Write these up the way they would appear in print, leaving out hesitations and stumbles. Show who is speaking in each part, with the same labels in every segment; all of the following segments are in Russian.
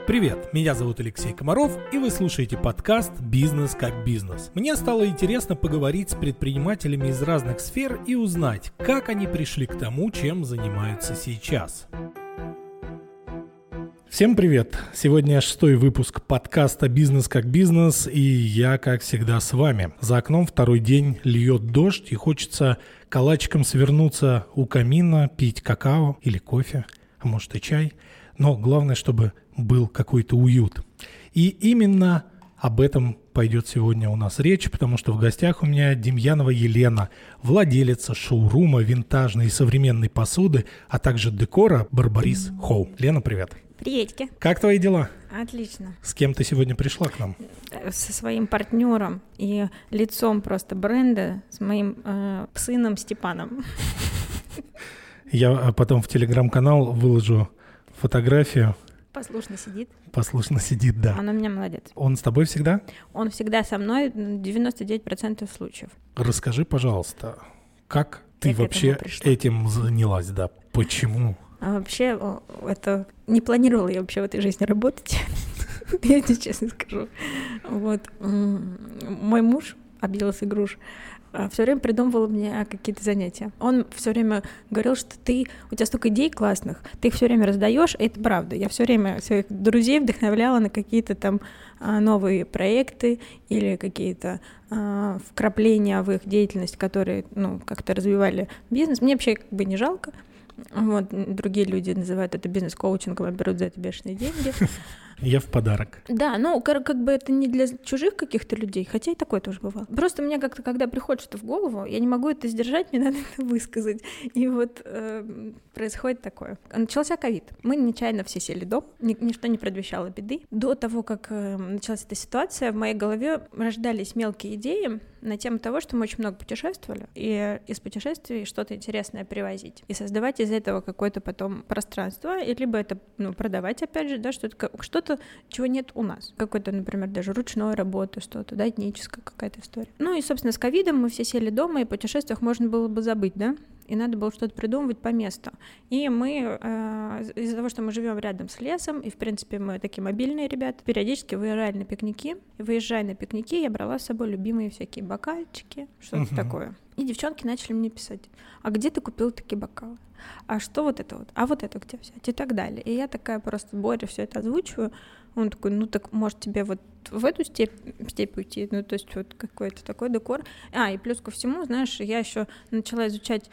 Speaker 1: Привет, меня зовут Алексей Комаров, и вы слушаете подкаст «Бизнес как бизнес». Мне стало интересно поговорить с предпринимателями из разных сфер и узнать, как они пришли к тому, чем занимаются сейчас. Всем привет! Сегодня 6-й выпуск подкаста «Бизнес как бизнес», и я, как всегда, с вами. За окном второй день льет дождь, и хочется калачиком свернуться у камина, пить какао или кофе, а может и чай. Но главное, чтобы был какой-то уют. И именно об этом пойдет сегодня у нас речь, потому что в гостях у меня Демьянова Елена, владелица шоурума винтажной и современной посуды, а также декора Барбарис Хоум. Лена, привет.
Speaker 2: Приветики.
Speaker 1: Как твои дела?
Speaker 2: Отлично.
Speaker 1: С кем ты сегодня пришла к нам?
Speaker 2: Со своим партнером и лицом просто бренда, с моим сыном Степаном.
Speaker 1: Я потом в телеграм-канал выложу фотографию.
Speaker 2: Послушно сидит.
Speaker 1: Послушно сидит, да.
Speaker 2: Он у меня молодец.
Speaker 1: Он с тобой всегда?
Speaker 2: Он всегда со мной 99% случаев.
Speaker 1: Расскажи, пожалуйста, как ты вообще этим занялась, да? Почему?
Speaker 2: А вообще, это не планировала я вообще в этой жизни работать. Я тебе честно скажу. Вот. Мой муж, объелся груш, все время придумывал мне какие-то занятия. Он все время говорил, что у тебя столько идей классных, ты их все время раздаешь, и это правда. Я все время своих друзей вдохновляла на какие-то там новые проекты или какие-то вкрапления в их деятельность, которые, как-то развивали бизнес. Мне вообще как бы не жалко. Вот, другие люди называют это бизнес-коучингом, а берут за это бешеные деньги.
Speaker 1: Я в подарок.
Speaker 2: Да, как бы это не для чужих каких-то людей, хотя и такое тоже бывало. Просто мне как-то, когда приходит что-то в голову, я не могу это сдержать, мне надо это высказать. И вот происходит такое. Начался ковид. Мы нечаянно все сели дома, ничто не предвещало беды. До того, как началась эта ситуация, в моей голове рождались мелкие идеи на тему того, что мы очень много путешествовали, и из путешествий что-то интересное привозить, и создавать из этого какое-то потом пространство, и либо это продавать, опять же, да, что-то, чего нет у нас. Какой-то, например, даже ручной работы, что-то, да, этническая какая-то история. И, собственно, с ковидом мы все сели дома, и о путешествиях можно было бы забыть, да, и надо было что-то придумывать по месту. И мы, из-за того, что мы живем рядом с лесом, и, в принципе, мы такие мобильные ребята, периодически выезжали на пикники. И, выезжая на пикники, я брала с собой любимые всякие бокальчики, что-то такое. И девчонки начали мне писать: а где ты купил такие бокалы? А что вот это вот? А вот это где взять? И так далее. И я такая просто Боре все это озвучиваю. Он такой: так может тебе вот в эту степь уйти, то есть вот какой-то такой декор. И плюс ко всему, знаешь, я еще начала изучать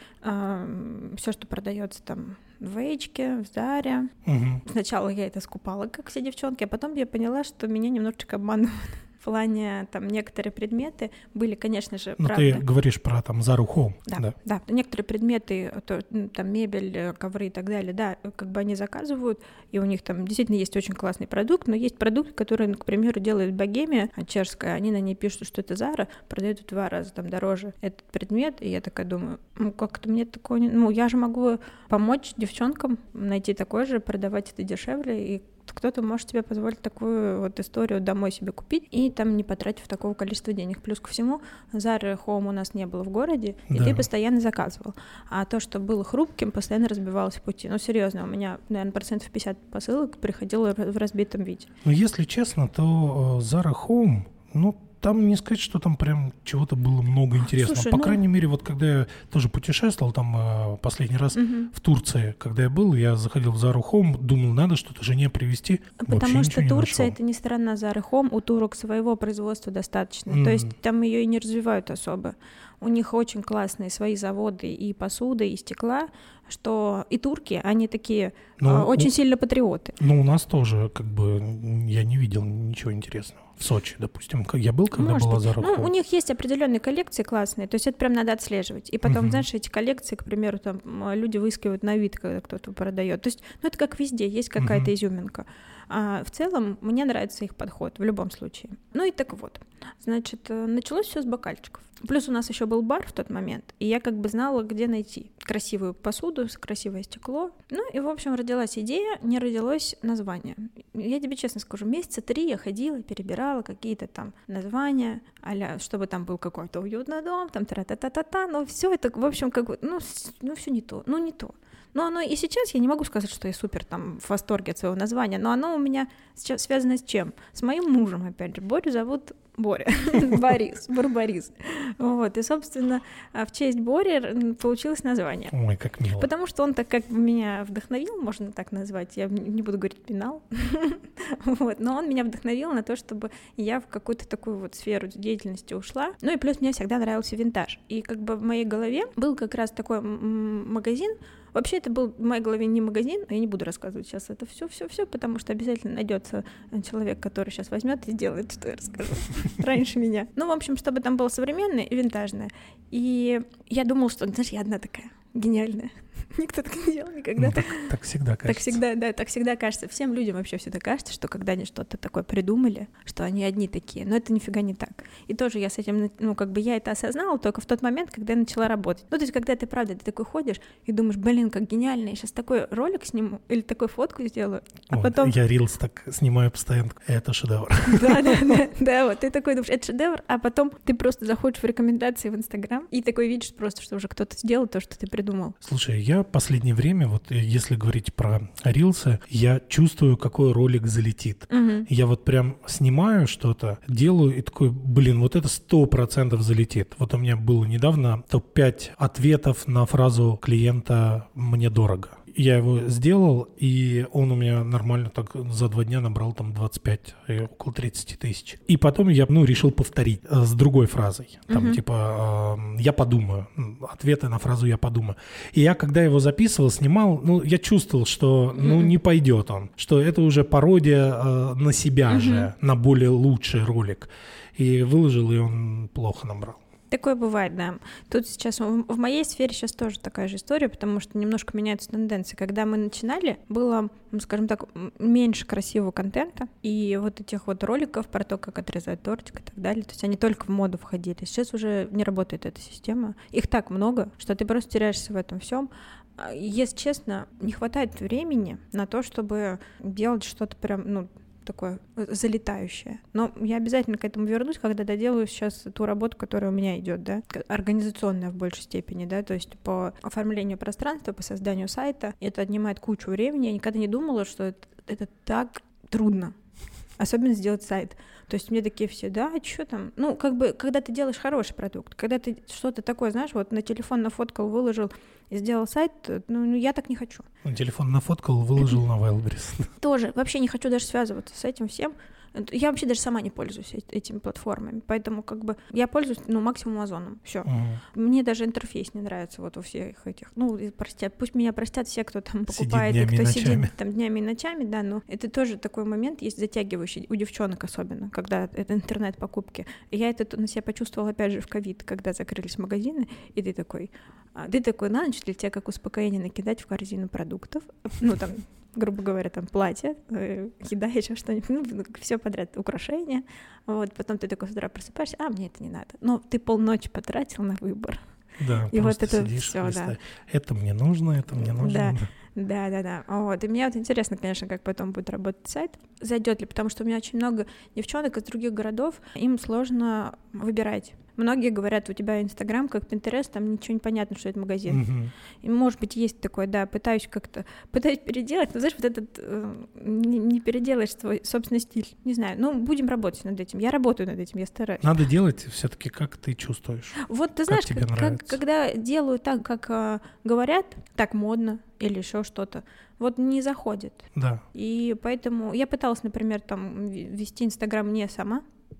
Speaker 2: все, что продается там в Эйчке, в Заре. Сначала я это скупала, как все девчонки, а потом я поняла, что меня немножечко обманывают. В плане, там, некоторые предметы были, конечно же, правда.
Speaker 1: Ты говоришь про, там, Зару Хоум.
Speaker 2: Да. Некоторые предметы, там, мебель, ковры и так далее, да, как бы они заказывают, и у них там действительно есть очень классный продукт, но есть продукт, который, к примеру, делает Богемия чешская, они на ней пишут, что это Зара, продают в 2 раза там дороже этот предмет, и я такая думаю, как-то мне такое не... я же могу помочь девчонкам найти такой же, продавать это дешевле, и кто-то может себе позволить такую вот историю домой себе купить и там не потратив такого количества денег. Плюс ко всему, Zara Home у нас не было в городе, и ты постоянно заказывал. А то, что было хрупким, постоянно разбивалось в пути. Серьезно, у меня, наверное, 50% посылок приходило в разбитом виде.
Speaker 1: Если честно, то Zara Home, там не сказать, что там прям чего-то было много интересного.
Speaker 2: Слушай,
Speaker 1: по крайней мере, вот когда я тоже путешествовал, там последний раз в Турции, когда я был, я заходил в Zara Home, думал, надо что-то жене привезти.
Speaker 2: Потому что Турция — это не страна Zara Home, у турок своего производства достаточно. То есть там ее и не развивают особо. У них очень классные свои заводы и посуды, и стекла, что и турки, они такие очень сильно патриоты.
Speaker 1: У нас тоже, как бы, я не видел ничего интересного. В Сочи, допустим. Я был, когда была Zara Home.
Speaker 2: У них есть определенные коллекции классные, то есть это прям надо отслеживать. И потом, знаешь, эти коллекции, к примеру, там люди выискивают на вид, когда кто-то продает. То есть, это как везде, есть какая-то изюминка. А в целом мне нравится их подход в любом случае. И так вот, значит, началось все с бокальчиков. Плюс у нас еще был бар в тот момент, и я как бы знала, где найти красивую посуду, красивое стекло. И, в общем, родилась идея, не родилось название. Я тебе честно скажу, 3 месяца я ходила, перебирала какие-то там названия, а-ля, чтобы там был какой-то уютный дом, там тра-та-та-та-та, но все это, в общем, как бы, все не то, не то. Но оно и сейчас, я не могу сказать, что я супер там в восторге от своего названия, но оно у меня сейчас связано с чем? С моим мужем, опять же. Борю зовут Боря, Борис. Вот, и, собственно, в честь Бори получилось название.
Speaker 1: Ой, как мило.
Speaker 2: Потому что он так как бы меня вдохновил, можно так назвать, я не буду говорить пинал, вот, но он меня вдохновил на то, чтобы я в какую-то такую вот сферу деятельности ушла. Ну и плюс мне всегда нравился винтаж. И как бы в моей голове был как раз такой магазин. Вообще это был в моей голове не магазин, я не буду рассказывать сейчас это все, потому что обязательно найдется человек, который сейчас возьмет и сделает, что я расскажу раньше меня. Ну, в общем, чтобы там было современное и винтажное. И я думала, что, знаешь, я одна такая гениальная. Никто так не делал никогда.
Speaker 1: Ну, так всегда кажется.
Speaker 2: Так всегда кажется. Всем людям вообще всегда кажется, что когда они что-то такое придумали, что они одни такие. Но это нифига не так. И тоже я с этим, ну, как бы я это осознала только в тот момент, когда я начала работать. Ну, то есть, когда ты, правда, ты такой ходишь и думаешь, блин, как гениально, я сейчас такой ролик сниму или такую фотку сделаю, а потом...
Speaker 1: Я рилс так снимаю постоянно. Это шедевр.
Speaker 2: Да, вот ты такой думаешь, это шедевр, а потом ты просто заходишь в рекомендации в Инстаграм и такой видишь просто, что уже кто-то сделал то, что ты придумал.
Speaker 1: Слушай, я в последнее время, вот если говорить про рилсы, я чувствую, какой ролик залетит. Я вот прям снимаю что-то, делаю и такой, блин, вот это 100% залетит. Вот у меня было недавно топ-5 ответов на фразу клиента «мне дорого». Я его сделал, и он у меня нормально так за 2 дня набрал там 25, около 30 тысяч. И потом я, решил повторить с другой фразой. Там типа «я подумаю». Ответы на фразу «я подумаю». И я, когда его записывал, снимал, я чувствовал, что, не пойдет он. Что это уже пародия на себя же, на более лучший ролик. И выложил, и он плохо набрал.
Speaker 2: Такое бывает, да. Тут сейчас в моей сфере сейчас тоже такая же история, потому что немножко меняются тенденции. Когда мы начинали, было, скажем так, меньше красивого контента и вот этих вот роликов про то, как отрезать тортик и так далее. То есть они только в моду входили. Сейчас уже не работает эта система. Их так много, что ты просто теряешься в этом всем. Если честно, не хватает времени на то, чтобы делать что-то прям, такое залетающее. Но я обязательно к этому вернусь, когда доделаю сейчас ту работу, которая у меня идет, да, организационная в большей степени, да, то есть по оформлению пространства, по созданию сайта. Это отнимает кучу времени. Я никогда не думала, что это так трудно. Особенно сделать сайт. То есть мне такие все, да, что там? Когда ты делаешь хороший продукт, когда ты что-то такое, знаешь, вот на телефон нафоткал, выложил и сделал сайт, я так не хочу.
Speaker 1: Телефон нафоткал, выложил на Wildberries.
Speaker 2: Тоже вообще не хочу даже связываться с этим всем. Я вообще даже сама не пользуюсь этими платформами, поэтому я пользуюсь, максимум Озоном, все. Мне даже интерфейс не нравится вот у всех этих, пусть меня простят все, кто там покупает, и кто сидит там днями и ночами, да, но это тоже такой момент есть затягивающий, у девчонок особенно, когда это интернет-покупки. Я это на себя почувствовала опять же в ковид, когда закрылись магазины, и ты такой на ночь для тебя как успокоение накидать в корзину продуктов, грубо говоря, там платье, еда, еще что-нибудь, все подряд, украшения. Вот, потом ты такой с утра просыпаешься, мне это не надо. Но ты полночи потратил на выбор.
Speaker 1: Да, и просто вот это сидишь, всё, да. Это мне нужно, это мне нужно.
Speaker 2: Да. Вот. И мне вот интересно, конечно, как потом будет работать сайт, зайдет ли, потому что у меня очень много девчонок из других городов, им сложно выбирать. Многие говорят, у тебя Инстаграм, как Pinterest, там ничего не понятно, что это магазин. И, может быть, есть такое, да, пытаюсь переделать, но, знаешь, вот этот не переделаешь свой собственный стиль. Не знаю, будем работать над этим. Я работаю над этим, я стараюсь.
Speaker 1: Надо делать все-таки, как ты чувствуешь.
Speaker 2: Вот ты знаешь, когда делаю так, как говорят, так модно или еще что-то, вот не заходит.
Speaker 1: Да.
Speaker 2: И поэтому я пыталась, например, там вести Инстаграм не сама.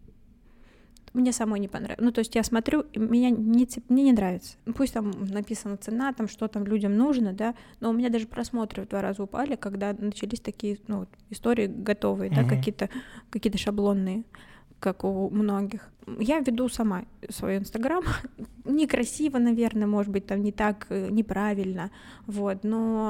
Speaker 2: Мне самой не понравилось. То есть я смотрю, и мне не нравится. Пусть там написана цена, там что там людям нужно, да, но у меня даже просмотры в 2 раза упали, когда начались такие, истории готовые, да, какие-то шаблонные, как у многих. Я веду сама свой Инстаграм. Некрасиво, наверное, может быть, там не так, неправильно, вот, но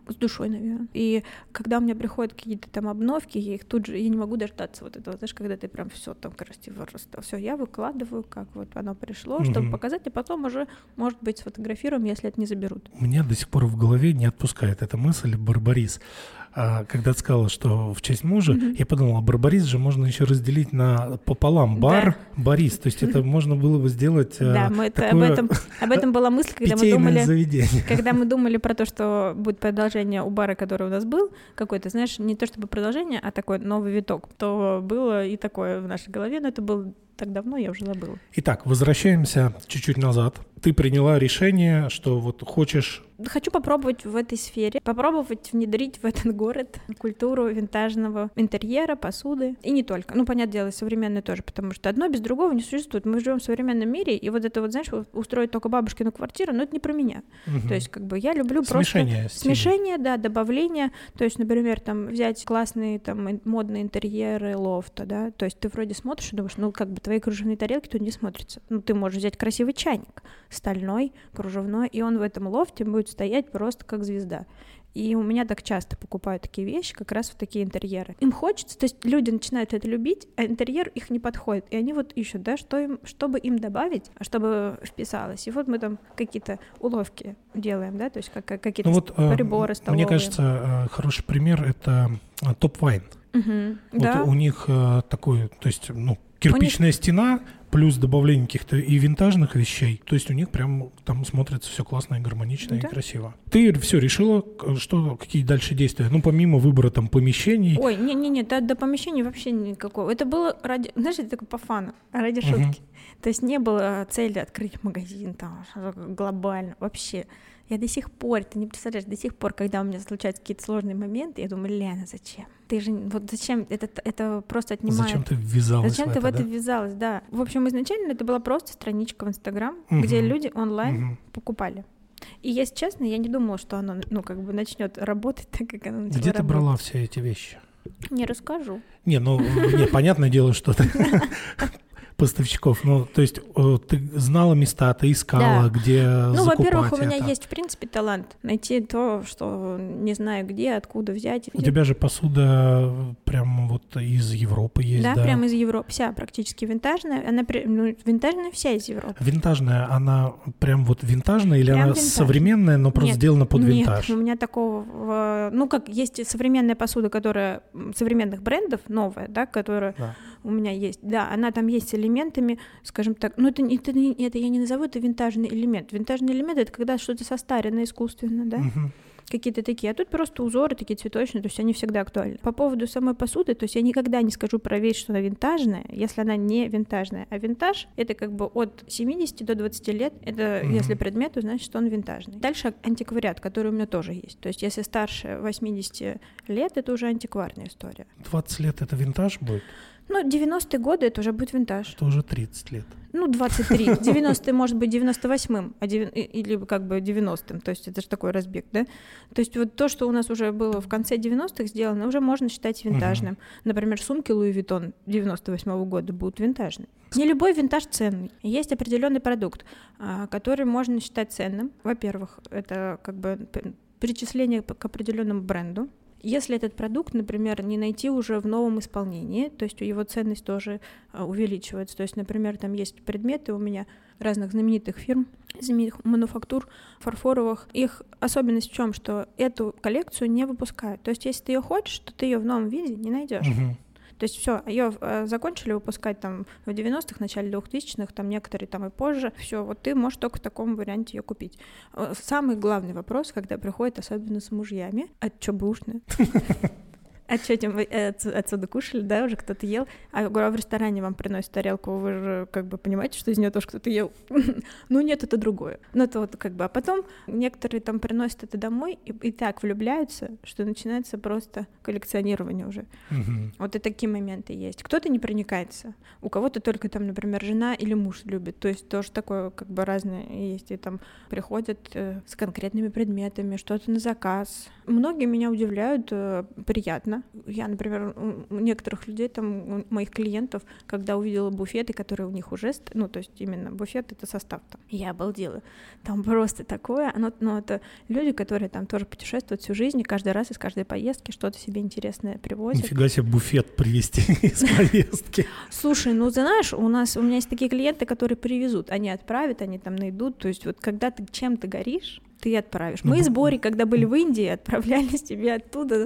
Speaker 2: с душой, наверное. И когда у меня приходят какие-то там обновки, я их тут же, я не могу дождаться вот этого, знаешь, когда ты прям все там красиво расстал. Все, я выкладываю, как вот оно пришло, чтобы показать, а потом уже, может быть, сфотографируем, если это не заберут.
Speaker 1: У меня до сих пор в голове не отпускает эта мысль Барбарис. Когда ты сказала, что в честь мужа, я подумал, а Барбарис же можно еще разделить пополам. Бар, Борис. То есть это можно было бы сделать
Speaker 2: да, об этом была мысль, когда мы думали,
Speaker 1: заведение.
Speaker 2: Когда мы думали про то, что будет продолжение у бара, который у нас был, какой-то, знаешь, не то чтобы продолжение, а такой новый виток, то было и такое в нашей голове, но это было так давно, я уже забыла.
Speaker 1: Итак, возвращаемся чуть-чуть назад. Ты приняла решение, что вот хочешь...
Speaker 2: Хочу попробовать в этой сфере, попробовать внедрить в этот город культуру винтажного интерьера, посуды. И не только. Ну, понятное дело, современное тоже, потому что одно без другого не существует. Мы живем в современном мире, и вот это вот, знаешь, устроить только бабушкину квартиру, но это не про меня. То есть, как бы, я люблю смешение, да, добавление. То есть, например, там, взять классные там модные интерьеры лофта, да, то есть ты вроде смотришь и думаешь, ну, как бы твои кружевные тарелки тут не смотрятся. Ну, ты можешь взять красивый чайник, стальной, кружевной, и он в этом лофте будет стоять просто как звезда. И у меня так часто покупают такие вещи, как раз в такие интерьеры. Им хочется, то есть люди начинают это любить, а интерьер их не подходит. И они вот ищут, да, чтобы им добавить, чтобы вписалось. И вот мы там какие-то уловки делаем, да, то есть какие-то приборы столовые.
Speaker 1: Мне кажется, хороший пример — это топ-вайн. Вот
Speaker 2: да.
Speaker 1: У них такой, то есть, кирпичная стена, плюс добавление каких-то и винтажных вещей. То есть у них прям там смотрится все классно и гармонично, и красиво. Ты все решила, какие дальше действия? Ну, помимо выбора там помещений.
Speaker 2: Ой, не, до помещений вообще никакого. Это было ради, знаешь, это такое по фану, ради шутки. То есть не было цели открыть магазин там глобально вообще. Я до сих пор, ты не представляешь, до сих пор, когда у меня случаются какие-то сложные моменты, я думаю, Лена, зачем? Ты же, вот зачем? Это просто отнимает.
Speaker 1: Зачем ты ввязалась
Speaker 2: Зачем
Speaker 1: в
Speaker 2: ты
Speaker 1: это,
Speaker 2: в это ввязалась, да. В общем, изначально это была просто страничка в Инстаграм, где люди онлайн покупали. И, если честно, я не думала, что оно, начнет работать так, как оно начало
Speaker 1: Где ты брала все эти вещи?
Speaker 2: Не расскажу.
Speaker 1: Понятное дело, что ты... поставщиков. То есть ты знала места, ты искала, где закупать.
Speaker 2: Во-первых, у меня есть, в принципе, талант найти то, что не знаю где, откуда взять.
Speaker 1: У тебя же посуда прям вот из Европы есть, да?
Speaker 2: Да, прям из Европы. Вся практически винтажная. Она винтажная вся из Европы.
Speaker 1: Винтажная, она прям вот винтажная или прям она современная, но просто сделана под винтаж?
Speaker 2: Нет, у меня такого... как есть современная посуда, которая современных брендов, новая, да, которая у меня есть. Да, она там есть с элементами, скажем так, это я не назову это винтажный элемент. Винтажный элемент — это когда что-то состарено искусственно, да, какие-то такие. А тут просто узоры такие цветочные, то есть они всегда актуальны. По поводу самой посуды, то есть я никогда не скажу про вещь, что она винтажная, если она не винтажная. А винтаж — это как бы от 70 до 20 лет, это если предмет, то значит, что он винтажный. Дальше антиквариат, который у меня тоже есть. То есть если старше 80 лет, это уже антикварная история.
Speaker 1: 20 лет — это винтаж будет?
Speaker 2: 90-е годы это уже будет винтаж.
Speaker 1: Это уже 30 лет.
Speaker 2: 23. 90-е может быть 98-м, или как бы 90-м. То есть это же такой разбег, да? То есть вот то, что у нас уже было в конце 90-х сделано, уже можно считать винтажным. Например, сумки Луи Виттон 98-го года будут винтажные. Не любой винтаж ценный. Есть определенный продукт, который можно считать ценным. Во-первых, это как бы причисление к определенному бренду. Если этот продукт, например, не найти уже в новом исполнении, то есть его ценность тоже увеличивается. То есть, например, там есть предметы у меня разных знаменитых фирм, знаменитых мануфактур фарфоровых. Их особенность в чем, что эту коллекцию не выпускают. То есть, если ты ее хочешь, то ты ее в новом виде не найдешь. То есть все, ее закончили выпускать там в 90-х, начале 2000-х, там некоторые там и позже. Все, вот ты можешь только в таком варианте ее купить. Самый главный вопрос, когда приходит, особенно с мужьями, чё бэушное? А что, вы отсюда кушали, да, уже кто-то ел? А в ресторане вам приносят тарелку, вы же как бы понимаете, что из нее тоже кто-то ел? Нет, это другое. Это вот как бы... А потом некоторые там приносят это домой и так влюбляются, что начинается просто коллекционирование уже. Вот и такие моменты есть. Кто-то не проникается, у кого-то только там, например, жена или муж любит. То есть тоже такое как бы разное есть. И там приходят с конкретными предметами, что-то на заказ. Многие меня удивляют, приятно. Я, например, у некоторых людей, там, у моих клиентов, когда увидела буфеты, которые у них уже, ну, то есть именно буфет — это состав там, я обалдела. Там просто такое, но это люди, которые там тоже путешествуют всю жизнь, и каждый раз из каждой поездки что-то себе интересное привозят.
Speaker 1: Нифига себе буфет привезти из поездки.
Speaker 2: Слушай, ну, знаешь, у меня есть такие клиенты, которые привезут, они отправят, они там найдут, то есть вот когда ты чем-то горишь, ты отправишь. Мы с Борей, когда были в Индии, отправляли себе оттуда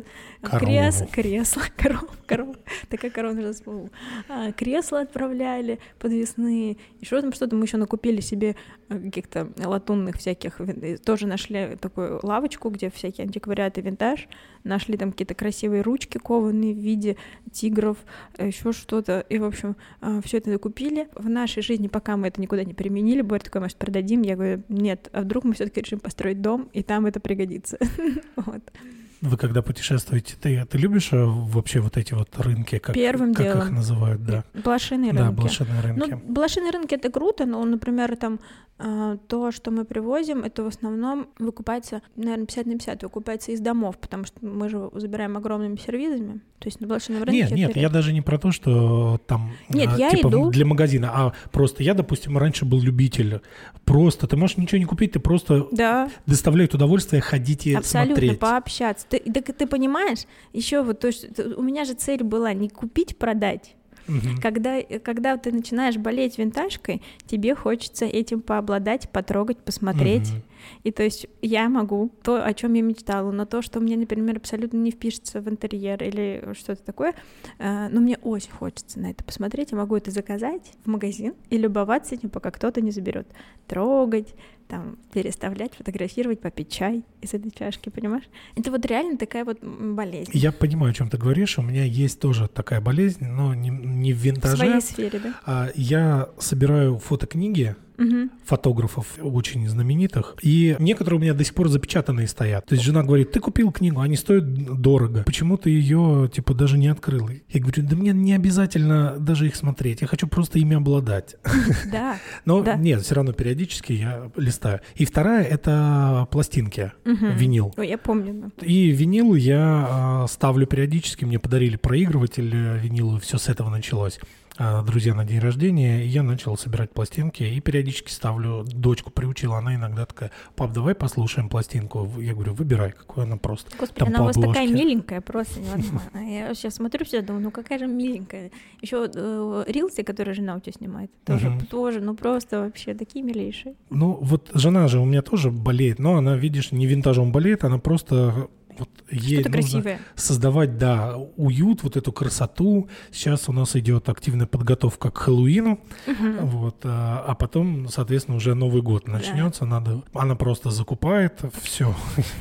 Speaker 2: кресло, корову, такая корова уже вспомнила. Кресла отправляли подвесные, еще там что-то. Мы еще накупили себе каких-то латунных всяких, тоже нашли такую лавочку, где всякие антиквариаты, винтаж, нашли там какие-то красивые ручки кованые в виде тигров, еще что-то, и, в общем, все это купили. В нашей жизни, пока мы это никуда не применили, Боря такой, может, продадим? Я говорю, нет, а вдруг мы все-таки решим построить дом, и там это пригодится. Вот.
Speaker 1: Вы когда путешествуете, ты любишь вообще вот эти вот рынки, как их называют? Да.
Speaker 2: Блошиные рынки.
Speaker 1: Да, блошиные рынки.
Speaker 2: Ну, блошиные рынки — это круто, но, например, там то, что мы привозим, это в основном выкупается, наверное, 50/50, выкупается из домов, потому что мы же забираем огромными сервизами. То есть на блошином рынке...
Speaker 1: Нет, я даже не про то, что там
Speaker 2: я
Speaker 1: типа
Speaker 2: иду
Speaker 1: для магазина, а просто я, допустим, раньше был любитель. Просто ты можешь ничего не купить, ты просто доставляет удовольствие ходить и
Speaker 2: абсолютно,
Speaker 1: смотреть.
Speaker 2: Пообщаться. Ты понимаешь, еще вот то, что у меня же цель была не купить, продать. Угу. Когда ты начинаешь болеть винтажкой, тебе хочется этим пообладать, потрогать, посмотреть. Угу. И то есть я могу то, о чем я мечтала, но то, что мне, например, абсолютно не впишется в интерьер или что-то такое, но мне очень хочется на это посмотреть, я могу это заказать в магазин и любоваться этим, пока кто-то не заберет. Трогать, там, переставлять, фотографировать, попить чай из этой чашки, понимаешь? Это вот реально такая вот болезнь.
Speaker 1: Я понимаю, о чем ты говоришь. У меня есть тоже такая болезнь, но не в винтаже.
Speaker 2: В своей сфере, да?
Speaker 1: Я собираю фотокниги, фотографов очень знаменитых, и некоторые у меня до сих пор запечатанные стоят. То есть жена говорит, ты купил книгу, они стоят дорого, почему ты ее, типа, даже не открыл? Я говорю, да мне не обязательно даже их смотреть, я хочу просто ими обладать.
Speaker 2: Да.
Speaker 1: Но нет, все равно периодически я листаю. И вторая — это пластинки, винил.
Speaker 2: Ой, я помню.
Speaker 1: И винил я ставлю периодически, мне подарили проигрыватель виниловый, все с этого началось. Друзья на день рождения, и я начал собирать пластинки и периодически ставлю. Дочку приучила, она иногда такая, пап, давай послушаем пластинку. Я говорю, выбирай, какой она просто.
Speaker 2: Господи, там она у вас такая миленькая, просто невозможно. Я сейчас смотрю все, думаю, ну какая же миленькая. Еще рилсы, которые жена у тебя снимает, тоже, ну просто вообще такие милейшие.
Speaker 1: Ну вот жена же у меня тоже болеет, но она, видишь, не винтажом болеет, она просто... Вот ей нужно красивое. Создавать, да, уют, вот эту красоту. Сейчас у нас идет активная подготовка к Хэллоуину, вот, а потом, соответственно, уже Новый год начнется. Она просто закупает, все,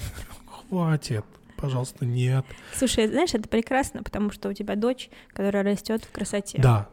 Speaker 1: хватит. Пожалуйста, нет.
Speaker 2: Слушай, знаешь, это прекрасно, потому что у тебя дочь, которая растет в красоте.
Speaker 1: Да.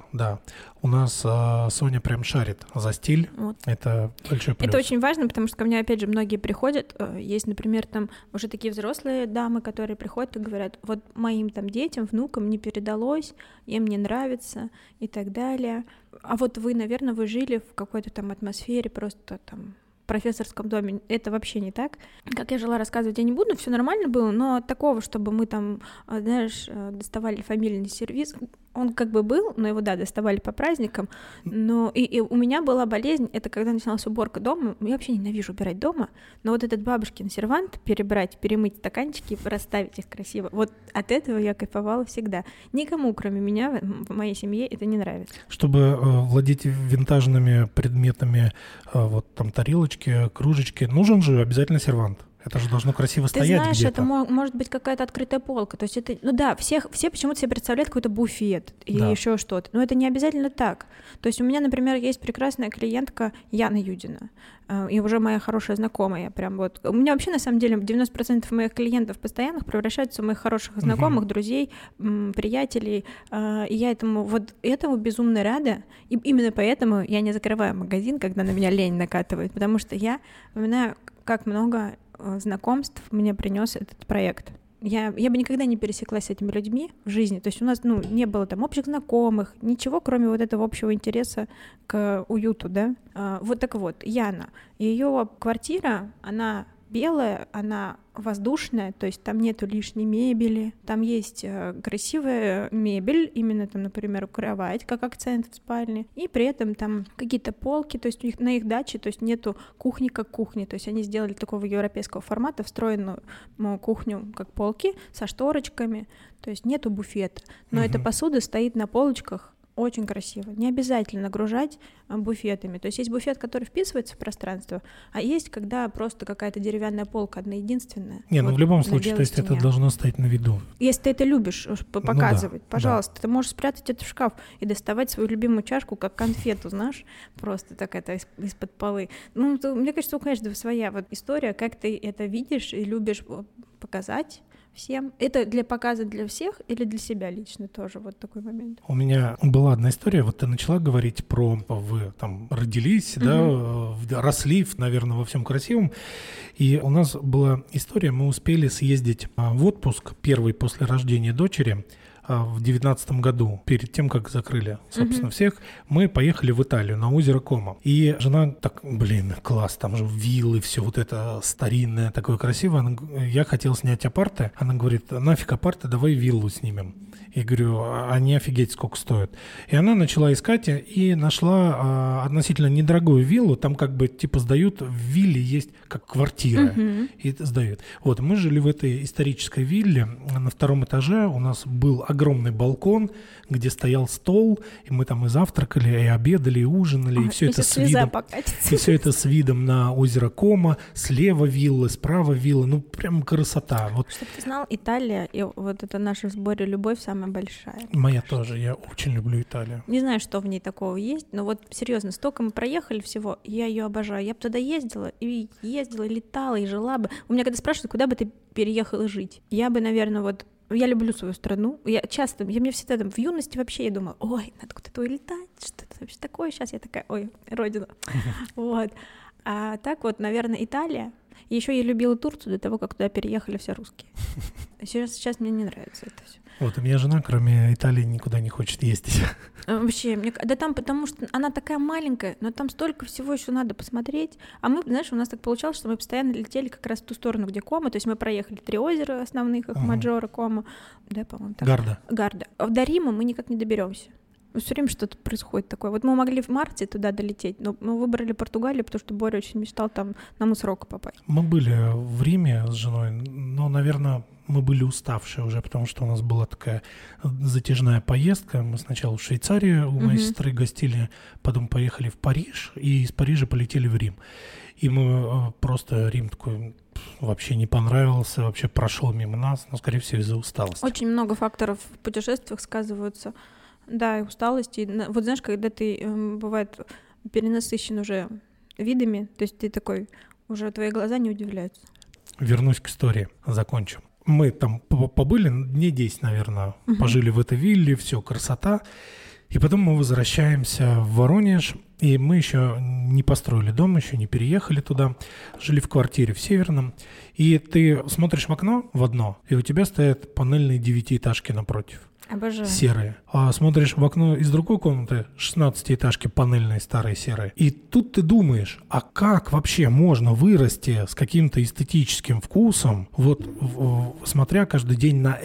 Speaker 1: У нас Соня прям шарит за стиль. Вот. Это большой плюс.
Speaker 2: Это очень важно, потому что ко мне, опять же, многие приходят. Есть, например, там уже такие взрослые дамы, которые приходят и говорят, вот моим там детям, внукам не передалось, им не нравится и так далее. А вот вы, наверное, вы жили в какой-то там атмосфере просто там... профессорском доме, это вообще не так. Как я жила, рассказывать я не буду, все нормально было, но такого, чтобы мы там, знаешь, доставали фамильный сервиз, он как бы был, но его, да, доставали по праздникам, но и у меня была болезнь, это когда начиналась уборка дома, я вообще ненавижу убирать дома, но вот этот бабушкин сервант перебрать, перемыть стаканчики, расставить их красиво, вот от этого я кайфовала всегда. Никому, кроме меня, в моей семье это не нравится.
Speaker 1: Чтобы владеть винтажными предметами, вот там тарелочки, кружечки, нужен же обязательно сервант. Это же должно красиво стоять где-то.
Speaker 2: Ты знаешь, это может быть какая-то открытая полка. То есть это, ну да, все почему-то себе представляют какой-то буфет или еще что-то. Но это не обязательно так. То есть у меня, например, есть прекрасная клиентка Яна Юдина. И уже моя хорошая знакомая. Прям вот. У меня вообще, на самом деле, 90% моих клиентов постоянных превращаются в моих хороших знакомых, друзей, приятелей. И я этому безумно рада. И именно поэтому я не закрываю магазин, когда на меня лень накатывает. Потому что я вспоминаю, как много знакомств мне принес этот проект. Я бы никогда не пересеклась с этими людьми в жизни. То есть у нас не было там общих знакомых, ничего, кроме вот этого общего интереса к уюту, да. Вот так вот, Яна, ее квартира, она белая, она воздушная, то есть там нету лишней мебели, там есть красивая мебель, именно там, например, кровать как акцент в спальне, и при этом там какие-то полки, то есть у них на их даче, то есть нету кухни как кухни, то есть они сделали такого европейского формата, встроенную кухню как полки со шторочками, то есть нету буфета, но эта посуда стоит на полочках. Очень красиво. Не обязательно нагружать буфетами. То есть есть буфет, который вписывается в пространство, а есть, когда просто какая-то деревянная полка одна единственная.
Speaker 1: Не, ну в любом случае, то есть
Speaker 2: стене.
Speaker 1: это должно стоять на виду.
Speaker 2: Если ты это любишь показывать, пожалуйста, ты можешь спрятать это в шкаф и доставать свою любимую чашку, как конфету, знаешь, просто так это из-под полы. Ну, мне кажется, у каждого своя вот история, как ты это видишь и любишь показать всем. Это для показа для всех или для себя лично тоже вот такой момент?
Speaker 1: У меня была одна история, вот ты начала говорить про, вы там родились, да, росли, наверное, во всем красивом, и у нас была история, мы успели съездить в отпуск первый после рождения дочери, в 2019 году, перед тем, как закрыли, собственно, всех, мы поехали в Италию на озеро Комо. И жена так, класс, там же виллы, все вот это старинное, такое красивое. Я хотел снять апарты. Она говорит, нафиг апарты, давай виллу снимем. Я говорю, они офигеть сколько стоят. И она начала искать и нашла относительно недорогую виллу. Там как бы типа сдают, в вилле есть как квартира. И сдают. Вот, мы жили в этой исторической вилле. На втором этаже у нас был огромный балкон, где стоял стол, и мы там и завтракали, и обедали, и ужинали, и все это с видом. И все это с видом на озеро Комо, слева виллы, справа виллы, ну прям красота. Вот.
Speaker 2: Чтобы ты знал, Италия, и вот это наша в сборе любовь самая большая.
Speaker 1: Моя тоже, я очень люблю Италию.
Speaker 2: Не знаю, что в ней такого есть, но вот серьезно, столько мы проехали всего, я ее обожаю. Я бы туда ездила, и летала, и жила бы. У меня когда спрашивают, куда бы ты переехала жить, я бы, наверное, вот я люблю свою страну. Я мне всегда там в юности вообще я думала, ой, надо куда-то улетать, что это вообще такое. Сейчас я такая, ой, родина. Вот. А так вот, наверное, Италия. И еще я любила Турцию до того, как туда переехали все русские. Сейчас мне не нравится это все.
Speaker 1: Вот, у меня жена, кроме Италии, никуда не хочет ездить.
Speaker 2: Вообще, да там, потому что она такая маленькая, но там столько всего еще надо посмотреть. А мы, знаешь, у нас так получалось, что мы постоянно летели как раз в ту сторону, где Комо. То есть мы проехали 3 озера основных, их Маджоро, Комо, да, по-моему, так. Гарда. А до Рима мы никак не доберемся. Все время что-то происходит такое. Вот мы могли в марте туда долететь, но мы выбрали Португалию, потому что Боря очень мечтал там на мыс Рока попасть.
Speaker 1: Мы были в Риме с женой, но, наверное, мы были уставшие уже, потому что у нас была такая затяжная поездка. Мы сначала в Швейцарии у моей сестры гостили, потом поехали в Париж, и из Парижа полетели в Рим. И мы просто Рим такой вообще не понравился, вообще прошел мимо нас, но, скорее всего, из-за усталости.
Speaker 2: Очень много факторов в путешествиях сказываются. Да, и усталость. И вот знаешь, когда ты, бывает, перенасыщен уже видами, то есть ты такой, уже твои глаза не удивляются.
Speaker 1: Вернусь к истории, закончу. Мы там побыли, дней 10, наверное, пожили в этой вилле, все, красота. И потом мы возвращаемся в Воронеж, и мы еще не построили дом, еще не переехали туда, жили в квартире в Северном. И ты смотришь в окно в одно, и у тебя стоят панельные 9-этажки напротив.
Speaker 2: Обожаю.
Speaker 1: Серые. А смотришь в окно из другой комнаты, 16-этажки панельные, старые, серые. И тут ты думаешь, а как вообще можно вырасти с каким-то эстетическим вкусом, вот смотря каждый день на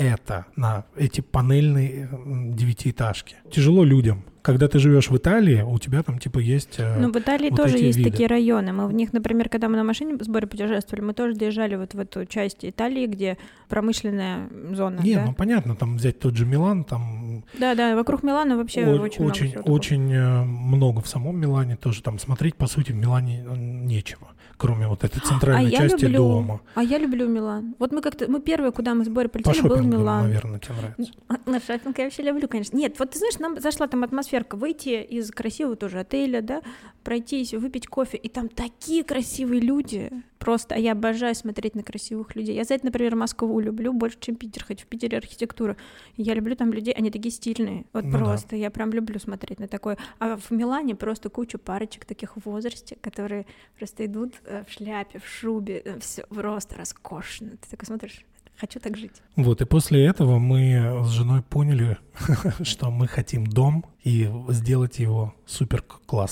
Speaker 1: эти панельные 9-этажки. Тяжело людям. Когда ты живешь в Италии, у тебя там типа есть
Speaker 2: в Италии
Speaker 1: вот
Speaker 2: тоже есть
Speaker 1: виды.
Speaker 2: такие районы. Мы в них, например, когда мы на машине с Борей путешествовали, мы тоже доезжали вот в эту часть Италии, где промышленная зона.
Speaker 1: Не,
Speaker 2: да?
Speaker 1: ну понятно, там взять тот же Милан, там...
Speaker 2: Да, вокруг Милана вообще
Speaker 1: очень много в самом Милане тоже. Там смотреть, по сути, в Милане нечего, кроме вот этой центральной части дома.
Speaker 2: А я люблю Милан. Вот мы первые, куда мы с Борей полетели, был Милан.
Speaker 1: Наверное, тебе нравится.
Speaker 2: На шопинг я вообще люблю, конечно. Нет, вот ты знаешь, нам зашла там атмосферка, выйти из красивого тоже отеля, да, пройтись, выпить кофе, и там такие красивые люди. Просто, я обожаю смотреть на красивых людей. Я за это, например, Москву люблю больше, чем Питер, хоть в Питере архитектура. Я люблю там людей, они такие стильные. Вот просто, я прям люблю смотреть на такое. А в Милане просто куча парочек таких в возрасте, которые просто идут в шляпе, в шубе, все просто роскошно. Ты такой смотришь, хочу так жить.
Speaker 1: Вот, и после этого мы с женой поняли, что мы хотим дом и сделать его супер классным.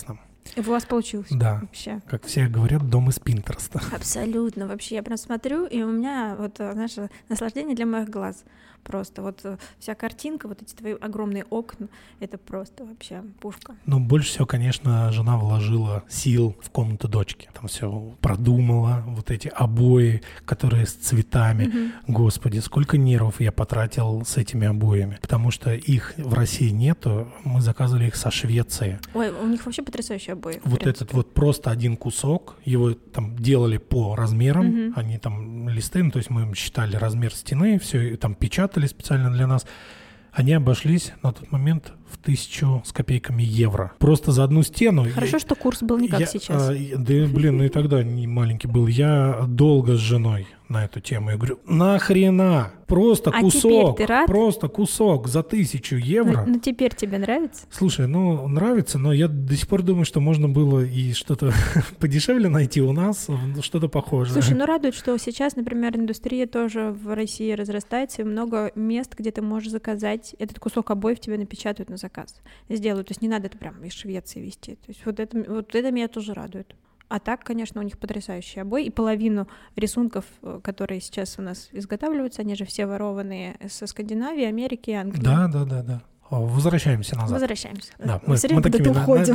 Speaker 2: И у вас получилось?
Speaker 1: Да,
Speaker 2: вообще.
Speaker 1: Как все говорят, дом из Пинтереста.
Speaker 2: Абсолютно, вообще, я прям смотрю, и у меня вот, знаешь, наслаждение для моих глаз. Просто вот вся картинка, вот эти твои огромные окна, это просто вообще пушка.
Speaker 1: Но больше всего, конечно, жена вложила сил в комнату дочки. Там все продумала, вот эти обои, которые с цветами. Господи, сколько нервов я потратил с этими обоями. Потому что их в России нету, мы заказывали их со Швеции.
Speaker 2: Ой, у них вообще потрясающие обои.
Speaker 1: Вот этот вот просто один кусок, его там делали по размерам, они там листы, ну, то есть мы считали размер стены, все там печатали специально для нас. Они обошлись на тот момент в 1000 с копейками евро. Просто за одну стену.
Speaker 2: Хорошо, что курс был не как сейчас.
Speaker 1: Ну и тогда не маленький был. Я долго с женой на эту тему. Я говорю, нахрена? Просто кусок.
Speaker 2: Теперь ты рад?
Speaker 1: Просто кусок за 1000 евро.
Speaker 2: Ну теперь тебе нравится?
Speaker 1: Слушай, нравится, но я до сих пор думаю, что можно было и что-то подешевле найти у нас, что-то похожее.
Speaker 2: Слушай, радует, что сейчас, например, индустрия тоже в России разрастается, и много мест, где ты можешь заказать этот кусок обоев, тебе напечатают на заказ, сделают. То есть не надо это прям из Швеции везти. То есть вот это меня тоже радует. А так, конечно, у них потрясающие обои, и половину рисунков, которые сейчас у нас изготавливаются, они же все ворованные со Скандинавии, Америки и Англии.
Speaker 1: Да. Возвращаемся назад.
Speaker 2: Возвращаемся.
Speaker 1: Да, мы такими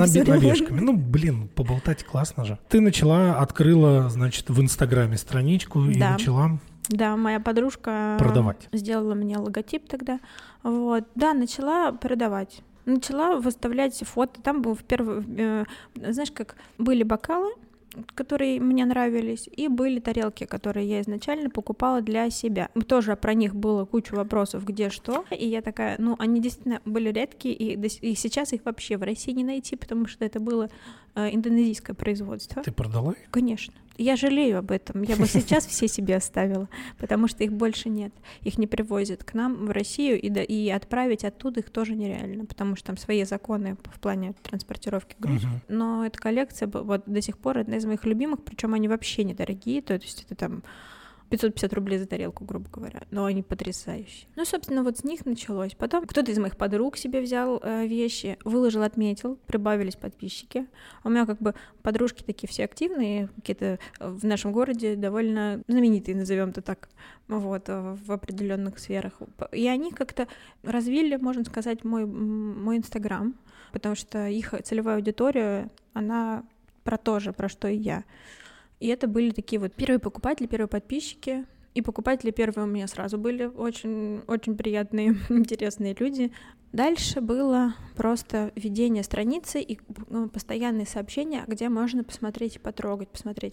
Speaker 1: набежками. Поболтать классно же. Ты открыла, значит, в Инстаграме страничку и начала...
Speaker 2: Да, моя подружка
Speaker 1: продавать.
Speaker 2: Сделала мне логотип тогда. Вот. Да, начала продавать. Начала выставлять фото. Там был знаешь, как были бокалы, которые мне нравились, и были тарелки, которые я изначально покупала для себя. Тоже про них было куча вопросов, где что. И я такая, они действительно были редкие, и сейчас их вообще в России не найти, потому что это было индонезийское производство.
Speaker 1: Ты продала их?
Speaker 2: Конечно. Я жалею об этом. Я бы сейчас все себе оставила, потому что их больше нет. Их не привозят к нам в Россию, и отправить оттуда их тоже нереально, потому что там свои законы в плане транспортировки груза. Но эта коллекция вот до сих пор одна из моих любимых, причем они вообще недорогие, то есть это там 550 рублей за тарелку, грубо говоря. Но они потрясающие. Собственно, вот с них началось. Потом кто-то из моих подруг себе взял вещи, выложил, отметил, прибавились подписчики. У меня подружки такие все активные, какие-то в нашем городе довольно знаменитые, назовем это так, вот, в определенных сферах. И они как-то развили, можно сказать, мой Инстаграм, потому что их целевая аудитория, она про то же, про что и я. И это были такие вот первые покупатели, первые подписчики. И покупатели первые у меня сразу были очень, очень приятные, интересные люди. Дальше было просто ведение страницы и постоянные сообщения, где можно посмотреть и потрогать.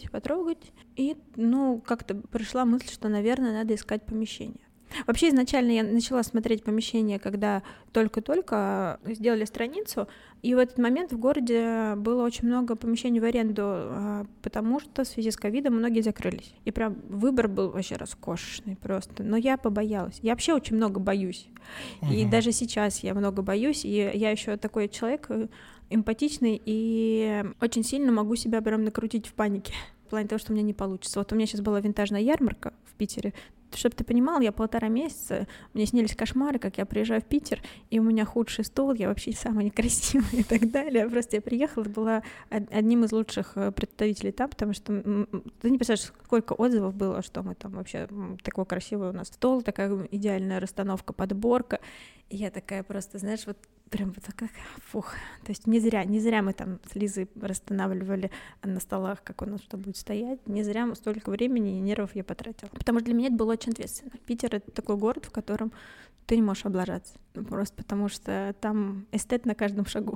Speaker 2: И, как-то пришла мысль, что, наверное, надо искать помещение. Вообще, изначально я начала смотреть помещение, когда только-только сделали страницу, и в этот момент в городе было очень много помещений в аренду, потому что в связи с ковидом многие закрылись. И прям выбор был вообще роскошный просто. Но я побоялась. Я вообще очень много боюсь. И даже сейчас я много боюсь, и я еще такой человек эмпатичный, и очень сильно могу себя прям накрутить в панике. В плане того, что у меня не получится. Вот у меня сейчас была винтажная ярмарка в Питере. Чтобы ты понимал, я 1,5 месяца, мне снились кошмары, как я приезжаю в Питер, и у меня худший стол, я вообще самая некрасивая и так далее. Просто я приехала, была одним из лучших представителей там, потому что ты не представляешь, сколько отзывов было, что мы там вообще такой красивый у нас стол, такая идеальная расстановка, подборка. И я такая просто, знаешь, вот прям вот такая, фух. То есть не зря мы там с Лизой расстанавливали на столах, как у нас что будет стоять. Не зря столько времени и нервов я потратила. Потому что для меня это было очень ответственно. Питер — это такой город, в котором ты не можешь облажаться. Просто потому что там эстет на каждом шагу.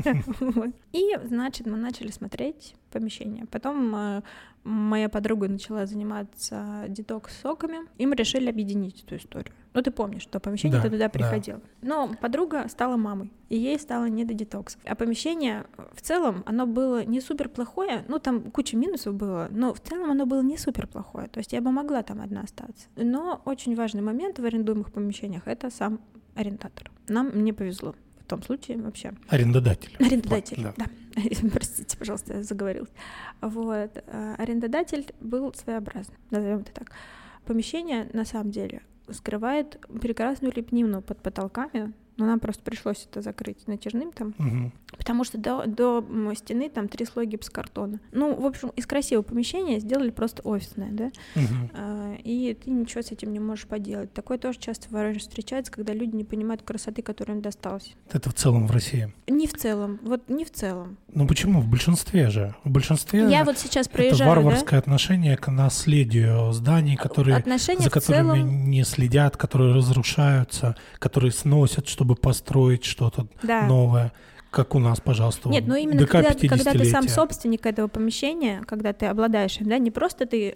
Speaker 2: И, значит, мы начали смотреть помещение. Потом моя подруга начала заниматься детокс-соками, и мы решили объединить эту историю. Ты помнишь, что помещение ты туда приходила. Но подруга стала мамой, и ей стало не до детоксов. А помещение в целом, оно было не супер плохое, там куча минусов было, но в целом оно было не супер плохое. То есть я бы могла там одна остаться. Но очень важный момент в арендуемых помещениях — это сам арендатор. Нам не повезло в том случае вообще.
Speaker 1: Арендодатель,
Speaker 2: да. Простите, пожалуйста, я заговорилась. Вот. Арендодатель был своеобразный, назовем это так. Помещение, на самом деле, скрывает прекрасную лепнину под потолками, но нам просто пришлось это закрыть натяжным там,
Speaker 1: Мгм.
Speaker 2: потому что до стены там 3 слоя гипсокартона. Ну, в общем, из красивого помещения сделали просто офисное, да,
Speaker 1: Мгм.
Speaker 2: и ты ничего с этим не можешь поделать. Такое тоже часто в Воронеже встречается, когда люди не понимают красоты, которая им досталась.
Speaker 1: Это в целом в России.
Speaker 2: Не в целом, вот не в целом.
Speaker 1: Ну почему? В большинстве же. В большинстве
Speaker 2: Я вот сейчас
Speaker 1: это
Speaker 2: проезжаю,
Speaker 1: варварское отношение к наследию зданий, которые,
Speaker 2: Отношения
Speaker 1: за
Speaker 2: в
Speaker 1: которыми
Speaker 2: целом,
Speaker 1: не следят, которые разрушаются, которые сносят, чтобы построить что-то
Speaker 2: да.
Speaker 1: новое. Как у нас, пожалуйста,
Speaker 2: Нет,
Speaker 1: вот
Speaker 2: ну именно
Speaker 1: ДК
Speaker 2: когда ты сам
Speaker 1: 50-летия.
Speaker 2: собственник этого помещения, когда ты обладаешь им, да, не просто ты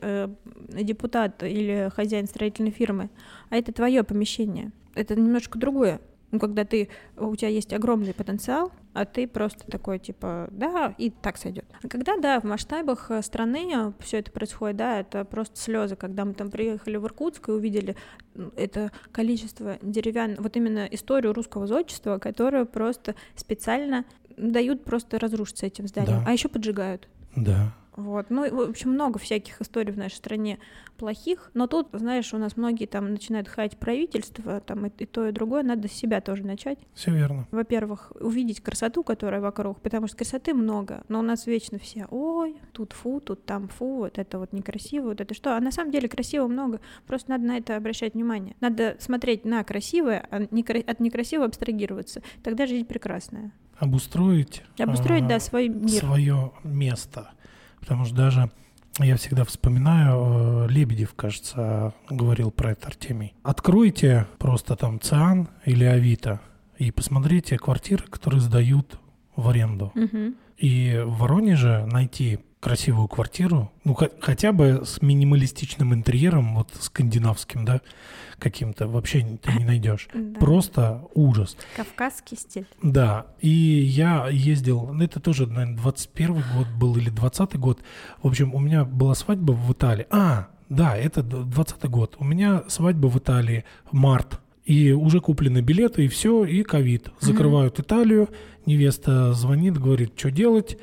Speaker 2: депутат или хозяин строительной фирмы, а это твое помещение. Это немножко другое. Ну, когда у тебя есть огромный потенциал, а ты просто такой, типа, да, и так сойдет. А когда, да, в масштабах страны все это происходит, да, это просто слезы, когда мы там приехали в Иркутск и увидели это количество деревянных, вот именно историю русского зодчества, которую просто специально дают просто разрушиться этим зданием,
Speaker 1: Да.
Speaker 2: а еще поджигают.
Speaker 1: Да.
Speaker 2: Вот. Ну, в общем, много всяких историй в нашей стране плохих, но тут, знаешь, у нас многие там начинают хаять правительство, там и то, и другое, надо с себя тоже начать.
Speaker 1: Все верно.
Speaker 2: Во-первых, увидеть красоту, которая вокруг, потому что красоты много, но у нас вечно все, ой, тут фу, тут там фу, вот это вот некрасиво, вот это что, а на самом деле красиво много, просто надо на это обращать внимание. Надо смотреть на красивое, а от некрасивого абстрагироваться, тогда жизнь прекрасная.
Speaker 1: Обустроить,
Speaker 2: Да, свой мир.
Speaker 1: свое место. Потому что даже я всегда вспоминаю, Лебедев, кажется, говорил про это, Артемий. Откройте просто там ЦИАН или Авито и посмотрите квартиры, которые сдают в аренду.
Speaker 2: Мгм.
Speaker 1: И в Воронеже найти красивую квартиру, ну хотя бы с минималистичным интерьером, вот скандинавским, да, каким-то, вообще ты не найдешь.
Speaker 2: Да.
Speaker 1: Просто ужас.
Speaker 2: Кавказский стиль.
Speaker 1: Да, и я ездил, ну это тоже, наверное, 21 год был или 20 год. В общем, у меня была свадьба в Италии. Да, это 20 год. У меня свадьба в Италии, март. И уже куплены билеты, и все, и ковид. Закрывают Италию, невеста звонит, говорит, что делать.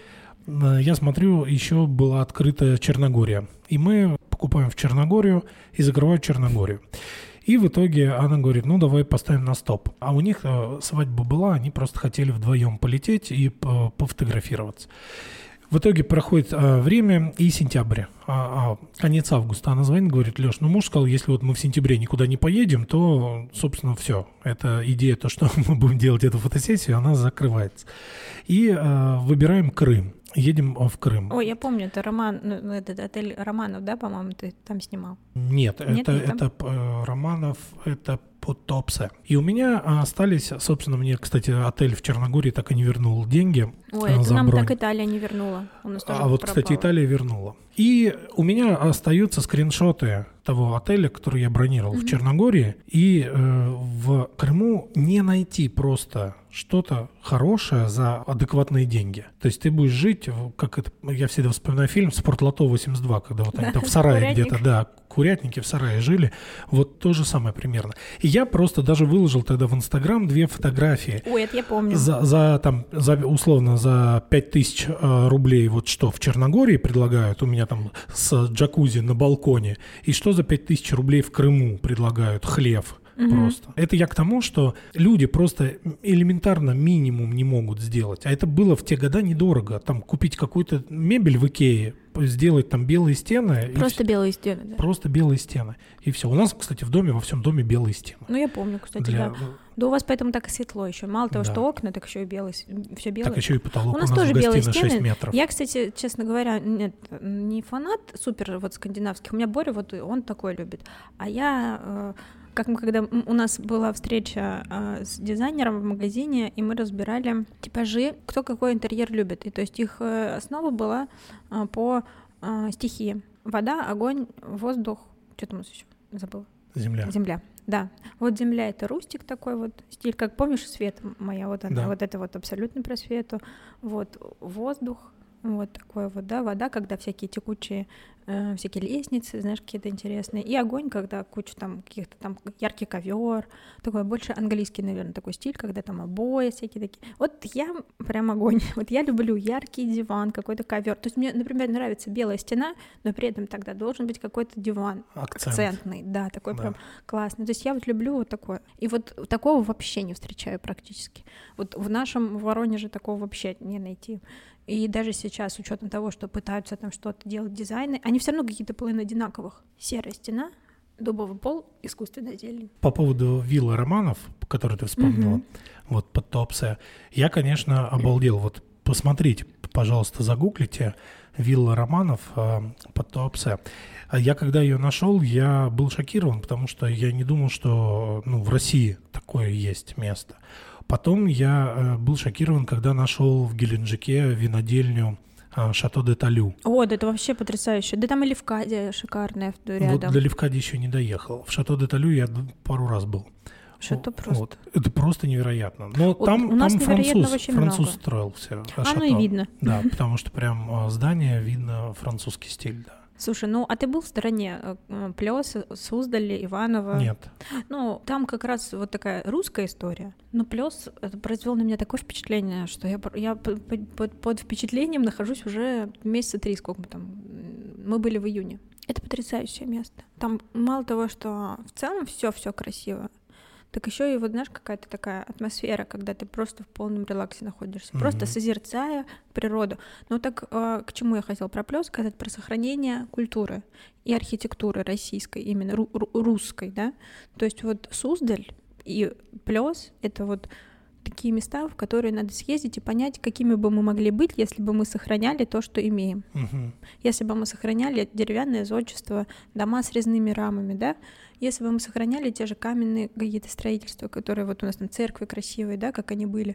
Speaker 1: Я смотрю, еще была открыта Черногория. И мы покупаем в Черногорию и закрывают Черногорию. И в итоге она говорит, ну давай поставим на стоп. А у них свадьба была, они просто хотели вдвоем полететь и пофотографироваться. В итоге проходит время и сентябрь, конец августа. Она звонит, говорит, Леш, ну муж сказал, если вот мы в сентябре никуда не поедем, то, собственно, все. Это идея, то, что мы будем делать эту фотосессию, она закрывается. И выбираем Крым. Едем в Крым.
Speaker 2: Ой, я помню, это этот отель Романов, да, по-моему, ты там снимал?
Speaker 1: Нет,
Speaker 2: не
Speaker 1: это Романов, это Потопсе. И у меня остались, собственно, мне, кстати, отель в Черногории так и не вернул деньги.
Speaker 2: Ой, это
Speaker 1: за
Speaker 2: нам
Speaker 1: бронь.
Speaker 2: так Италия не вернула. У нас тоже
Speaker 1: Вот,
Speaker 2: пропало.
Speaker 1: кстати, Италия вернула. И у меня остаются скриншоты того отеля, который я бронировал в Черногории. И в Крыму не найти просто что-то хорошее за адекватные деньги. То есть ты будешь жить, как это, я всегда вспоминаю фильм «Спортлото 82», когда вот они там в сарае
Speaker 2: Курятник.
Speaker 1: где-то, да, курятники в сарае жили. Вот то же самое примерно. И я просто даже выложил тогда в Инстаграм 2 фотографии.
Speaker 2: Ой, это я помню.
Speaker 1: Условно, за 5000 рублей, вот что в Черногории предлагают, у меня там с джакузи на балконе, и что за 5000 рублей в Крыму предлагают, хлев. Просто. Это я к тому, что люди просто элементарно минимум не могут сделать. А это было в те года недорого. Там купить какую-то мебель в Икее, сделать там белые стены.
Speaker 2: Просто белые стены, да.
Speaker 1: Просто белые стены. И все. У нас, кстати, в доме, во всем доме белые стены.
Speaker 2: Ну, я помню, кстати, да. Да у вас поэтому так и светло еще. Мало того, что окна, так еще и белые, все белое.
Speaker 1: Так еще и потолок
Speaker 2: у нас
Speaker 1: в
Speaker 2: тоже белые
Speaker 1: гостиной
Speaker 2: стены.
Speaker 1: 6 метров.
Speaker 2: Я, кстати, честно говоря, нет, не фанат супер вот скандинавских. У меня Боря, вот он такой любит. А я... когда у нас была встреча с дизайнером в магазине, и мы разбирали типажи, кто какой интерьер любит. И то есть их основа была по стихии. Вода, огонь, воздух. Что там у нас еще? Забыла. Земля. Да. Вот земля — это рустик такой вот стиль. Как помнишь, свет моя, вот она, вот это вот абсолютно про свету. Вот воздух. Вот такой вот, да, вода, когда всякие текучие всякие лестницы, знаешь, какие-то интересные. И огонь, когда куча там каких-то там яркий ковер, такой больше английский, наверное, такой стиль, когда там обои всякие такие. Вот я прям огонь. Вот я люблю яркий диван, какой-то ковер. То есть мне, например, нравится белая стена, но при этом тогда должен быть какой-то диван акцентный, да, такой прям классный. То есть я вот люблю вот такое. И вот такого вообще не встречаю практически. Вот в нашем Воронеже такого вообще не найти. И даже сейчас, с учетом того, что пытаются там что-то делать дизайны, они все равно какие-то половины одинаковых. Серая стена, дубовый пол, искусственная зелень.
Speaker 1: По поводу виллы Романов, которую ты вспомнила, вот под Туапсе, я, конечно, обалдел. Вот посмотрите, пожалуйста, загуглите вилла Романов под Туапсе. Я когда ее нашел, я был шокирован, потому что я не думал, что в России такое есть место. Потом я был шокирован, когда нашел в Геленджике винодельню Шато де Талю.
Speaker 2: О, да это вообще потрясающе. Да там и Левкадия шикарная рядом.
Speaker 1: Вот до Левкадии еще не доехал. В Шато де Талю я пару раз был.
Speaker 2: Шато просто.
Speaker 1: Вот. Это просто невероятно. Но
Speaker 2: вот
Speaker 1: там француз
Speaker 2: много.
Speaker 1: строил все.
Speaker 2: Ну и видно.
Speaker 1: Да, потому что прям здание видно французский стиль, да.
Speaker 2: Слушай, а ты был в стороне Плёс, Суздаль, Иваново?
Speaker 1: Нет.
Speaker 2: Там как раз вот такая русская история. Но Плёс произвел на меня такое впечатление, что я под впечатлением нахожусь уже месяца 3, сколько там. Мы были в июне. Это потрясающее место. Там мало того, что в целом все красиво, так еще и вот, знаешь, какая-то такая атмосфера, когда ты просто в полном релаксе находишься, просто созерцая природу. Но так к чему я хотела про Плёс сказать? Про сохранение культуры и архитектуры российской, именно русской, да? То есть вот Суздаль и Плёс — это вот такие места, в которые надо съездить и понять, какими бы мы могли быть, если бы мы сохраняли то, что имеем. Если бы мы сохраняли деревянное зодчество, дома с резными рамами, да, если бы мы сохраняли те же каменные какие-то строительства, которые вот у нас там церкви красивые, да, как они были.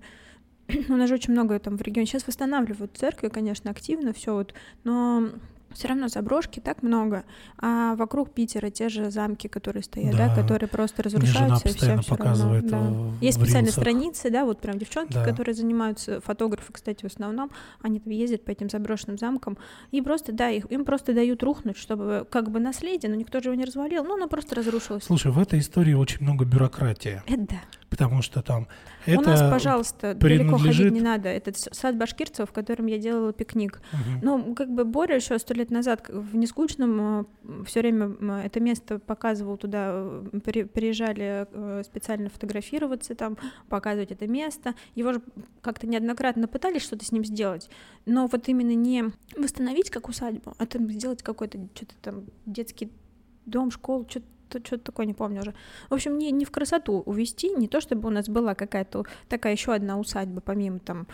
Speaker 2: У нас же очень много там в регионе. Сейчас восстанавливают церкви, конечно, активно все вот, но все равно заброшки так много, а вокруг Питера те же замки, которые стоят, да, которые просто разрушаются, и всем все равно. Да. Есть специальные страницы, да, вот прям девчонки, которые занимаются, фотографы, кстати, в основном, они ездят по этим заброшенным замкам, и просто, да, им просто дают рухнуть, чтобы как бы наследие, но никто же его не развалил, оно просто разрушилось.
Speaker 1: Слушай, в этой истории очень много бюрократии.
Speaker 2: Это да.
Speaker 1: Потому что там
Speaker 2: у нас, пожалуйста, далеко ходить не надо. Это сад башкирцев, в котором я делала пикник. Как бы Боря еще 100 лет назад в Нескучном все время это место показывал туда, приезжали специально фотографироваться там, показывать это место. Его же как-то неоднократно пытались что-то с ним сделать, но вот именно не восстановить как усадьбу, а там сделать какой-то что-то там детский дом, школу, что-то такое, не помню уже. В общем, не в красоту увести, не то чтобы у нас была какая-то такая еще одна усадьба, помимо там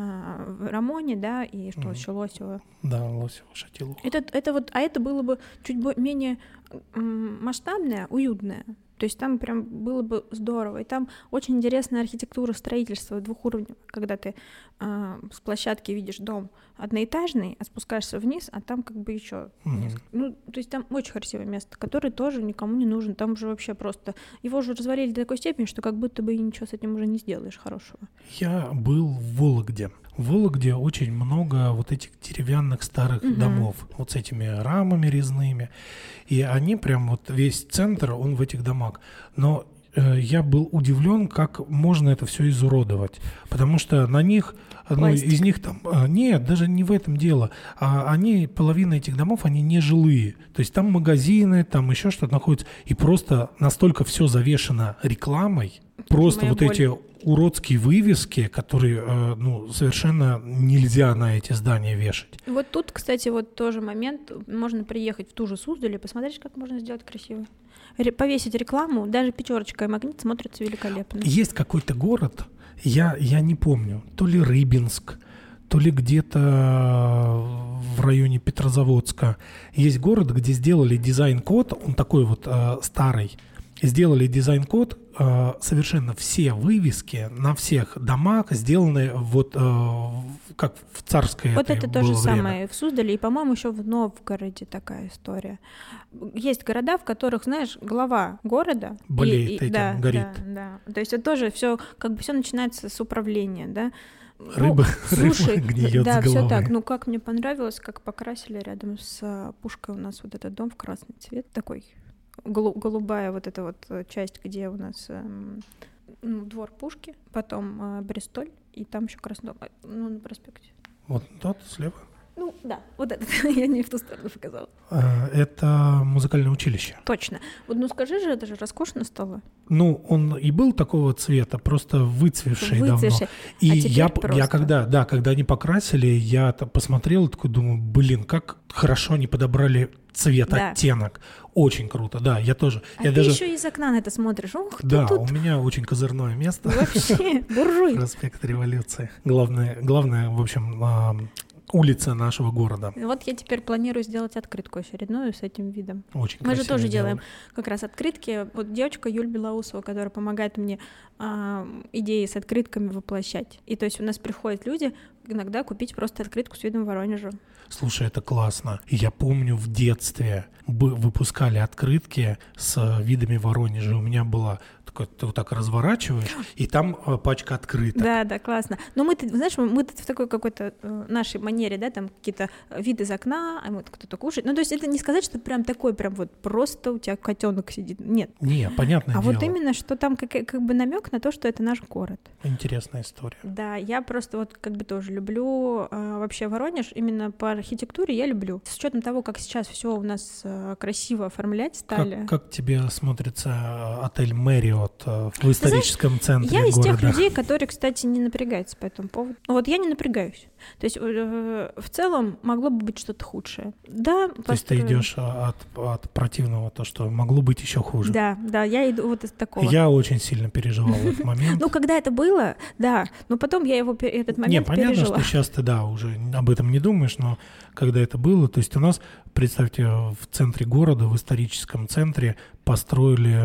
Speaker 2: в Рамоне, да, и что еще Лосево.
Speaker 1: Да, Лосево, Шатилово.
Speaker 2: Это вот, а это было бы чуть менее масштабное, уютное. То есть там прям было бы здорово. И там очень интересная архитектура строительства двухуровневая, когда ты с площадки видишь дом одноэтажный, а спускаешься вниз, а там как бы еще несколько. То есть там очень красивое место, которое тоже никому не нужен. Там же вообще просто... Его уже развалили до такой степени, что как будто бы ничего с этим уже не сделаешь хорошего.
Speaker 1: Я был в Вологде. В Вологде очень много вот этих деревянных старых домов, вот с этими рамами резными. И они прям вот весь центр, он в этих домах. Но я был удивлен, как можно это все изуродовать. Потому что на них, из них там... Нет, даже не в этом дело. Половина этих домов, они не жилые. То есть там магазины, там еще что-то находится. И просто настолько все завешено рекламой. Просто вот эти уродские вывески, которые совершенно нельзя на эти здания вешать.
Speaker 2: Вот тут, кстати, вот тоже момент. Можно приехать в ту же Суздаль и посмотреть, как можно сделать красиво. Повесить рекламу, даже пятерочка и магнит смотрятся великолепно.
Speaker 1: Есть какой-то город, я не помню, то ли Рыбинск, то ли где-то в районе Петрозаводска. Есть город, где сделали дизайн-код, он такой вот старый. сделали дизайн-код, совершенно все вывески на всех домах сделаны вот как в царское
Speaker 2: Вот это то же
Speaker 1: время.
Speaker 2: самое в Суздале, и, по-моему, еще в Новгороде такая история. Есть города, в которых, знаешь, глава города
Speaker 1: болеет этим,
Speaker 2: да,
Speaker 1: горит.
Speaker 2: Да. То есть это тоже все, как бы все начинается с управления, да.
Speaker 1: Рыба
Speaker 2: слушай,
Speaker 1: гниет
Speaker 2: да,
Speaker 1: с головы.
Speaker 2: все так. Ну, как мне понравилось, как покрасили рядом с пушкой у нас вот этот дом в красный цвет такой. Голубая вот эта вот часть, где у нас двор Пушки, потом Бристоль, и там еще красный дом, на проспекте.
Speaker 1: Вот тот слева?
Speaker 2: Ну, да, вот этот, я не в ту сторону показала.
Speaker 1: Это музыкальное училище.
Speaker 2: Точно. Вот, ну скажи же, это же роскошно стало.
Speaker 1: Ну, он и был такого цвета, просто выцвевший давно. И я когда они покрасили, я посмотрел и такой думаю, блин, как хорошо они подобрали цвет, оттенок. Очень круто, да, я тоже.
Speaker 2: Ты еще из окна на это смотришь. Ух,
Speaker 1: да,
Speaker 2: тут...
Speaker 1: у меня очень козырное место.
Speaker 2: Вообще, буржуй.
Speaker 1: Проспект Революции. Главное, в общем, улица нашего города.
Speaker 2: Вот я теперь планирую сделать открытку очередную с этим видом.
Speaker 1: Очень
Speaker 2: Мы же тоже
Speaker 1: сделано.
Speaker 2: делаем как раз открытки. Вот девочка Юль Белоусова, которая помогает мне идеи с открытками воплощать. И то есть у нас приходят люди иногда купить просто открытку с видом Воронежа.
Speaker 1: Слушай, это классно. Я помню, в детстве выпускали открытки с видами Воронежа. У меня была такая, ты вот так разворачиваешь, и там пачка открыток.
Speaker 2: Да, классно. Но мы, знаешь, мы в такой какой-то нашей манере, да, там какие-то виды из окна, а вот кто-то кушает. Ну, то есть это не сказать, что прям такой, прям вот просто у тебя котенок сидит. Нет.
Speaker 1: Не, понятное дело.
Speaker 2: А вот именно, что там как бы намек на то, что это наш город.
Speaker 1: Интересная история.
Speaker 2: Да, я просто вот как бы тоже люблю вообще Воронеж, именно по архитектуре я люблю. С учетом того, как сейчас все у нас красиво оформлять стали.
Speaker 1: Как тебе смотрится отель Мэриот в историческом центре
Speaker 2: города? Я из тех
Speaker 1: города?
Speaker 2: людей, которые, кстати, не напрягаются по этому поводу. Вот я не напрягаюсь. То есть в целом могло бы быть что-то худшее. Да.
Speaker 1: То есть ты идешь от противного, то, что могло быть еще хуже.
Speaker 2: Да, я иду вот из такого.
Speaker 1: Я очень сильно переживал в этот момент.
Speaker 2: Ну, когда это было, да, но потом я этот момент пережила.
Speaker 1: Понятно, что сейчас ты, уже об этом не думаешь, но когда это было, то есть у нас, представьте, в центре города, в историческом центре построили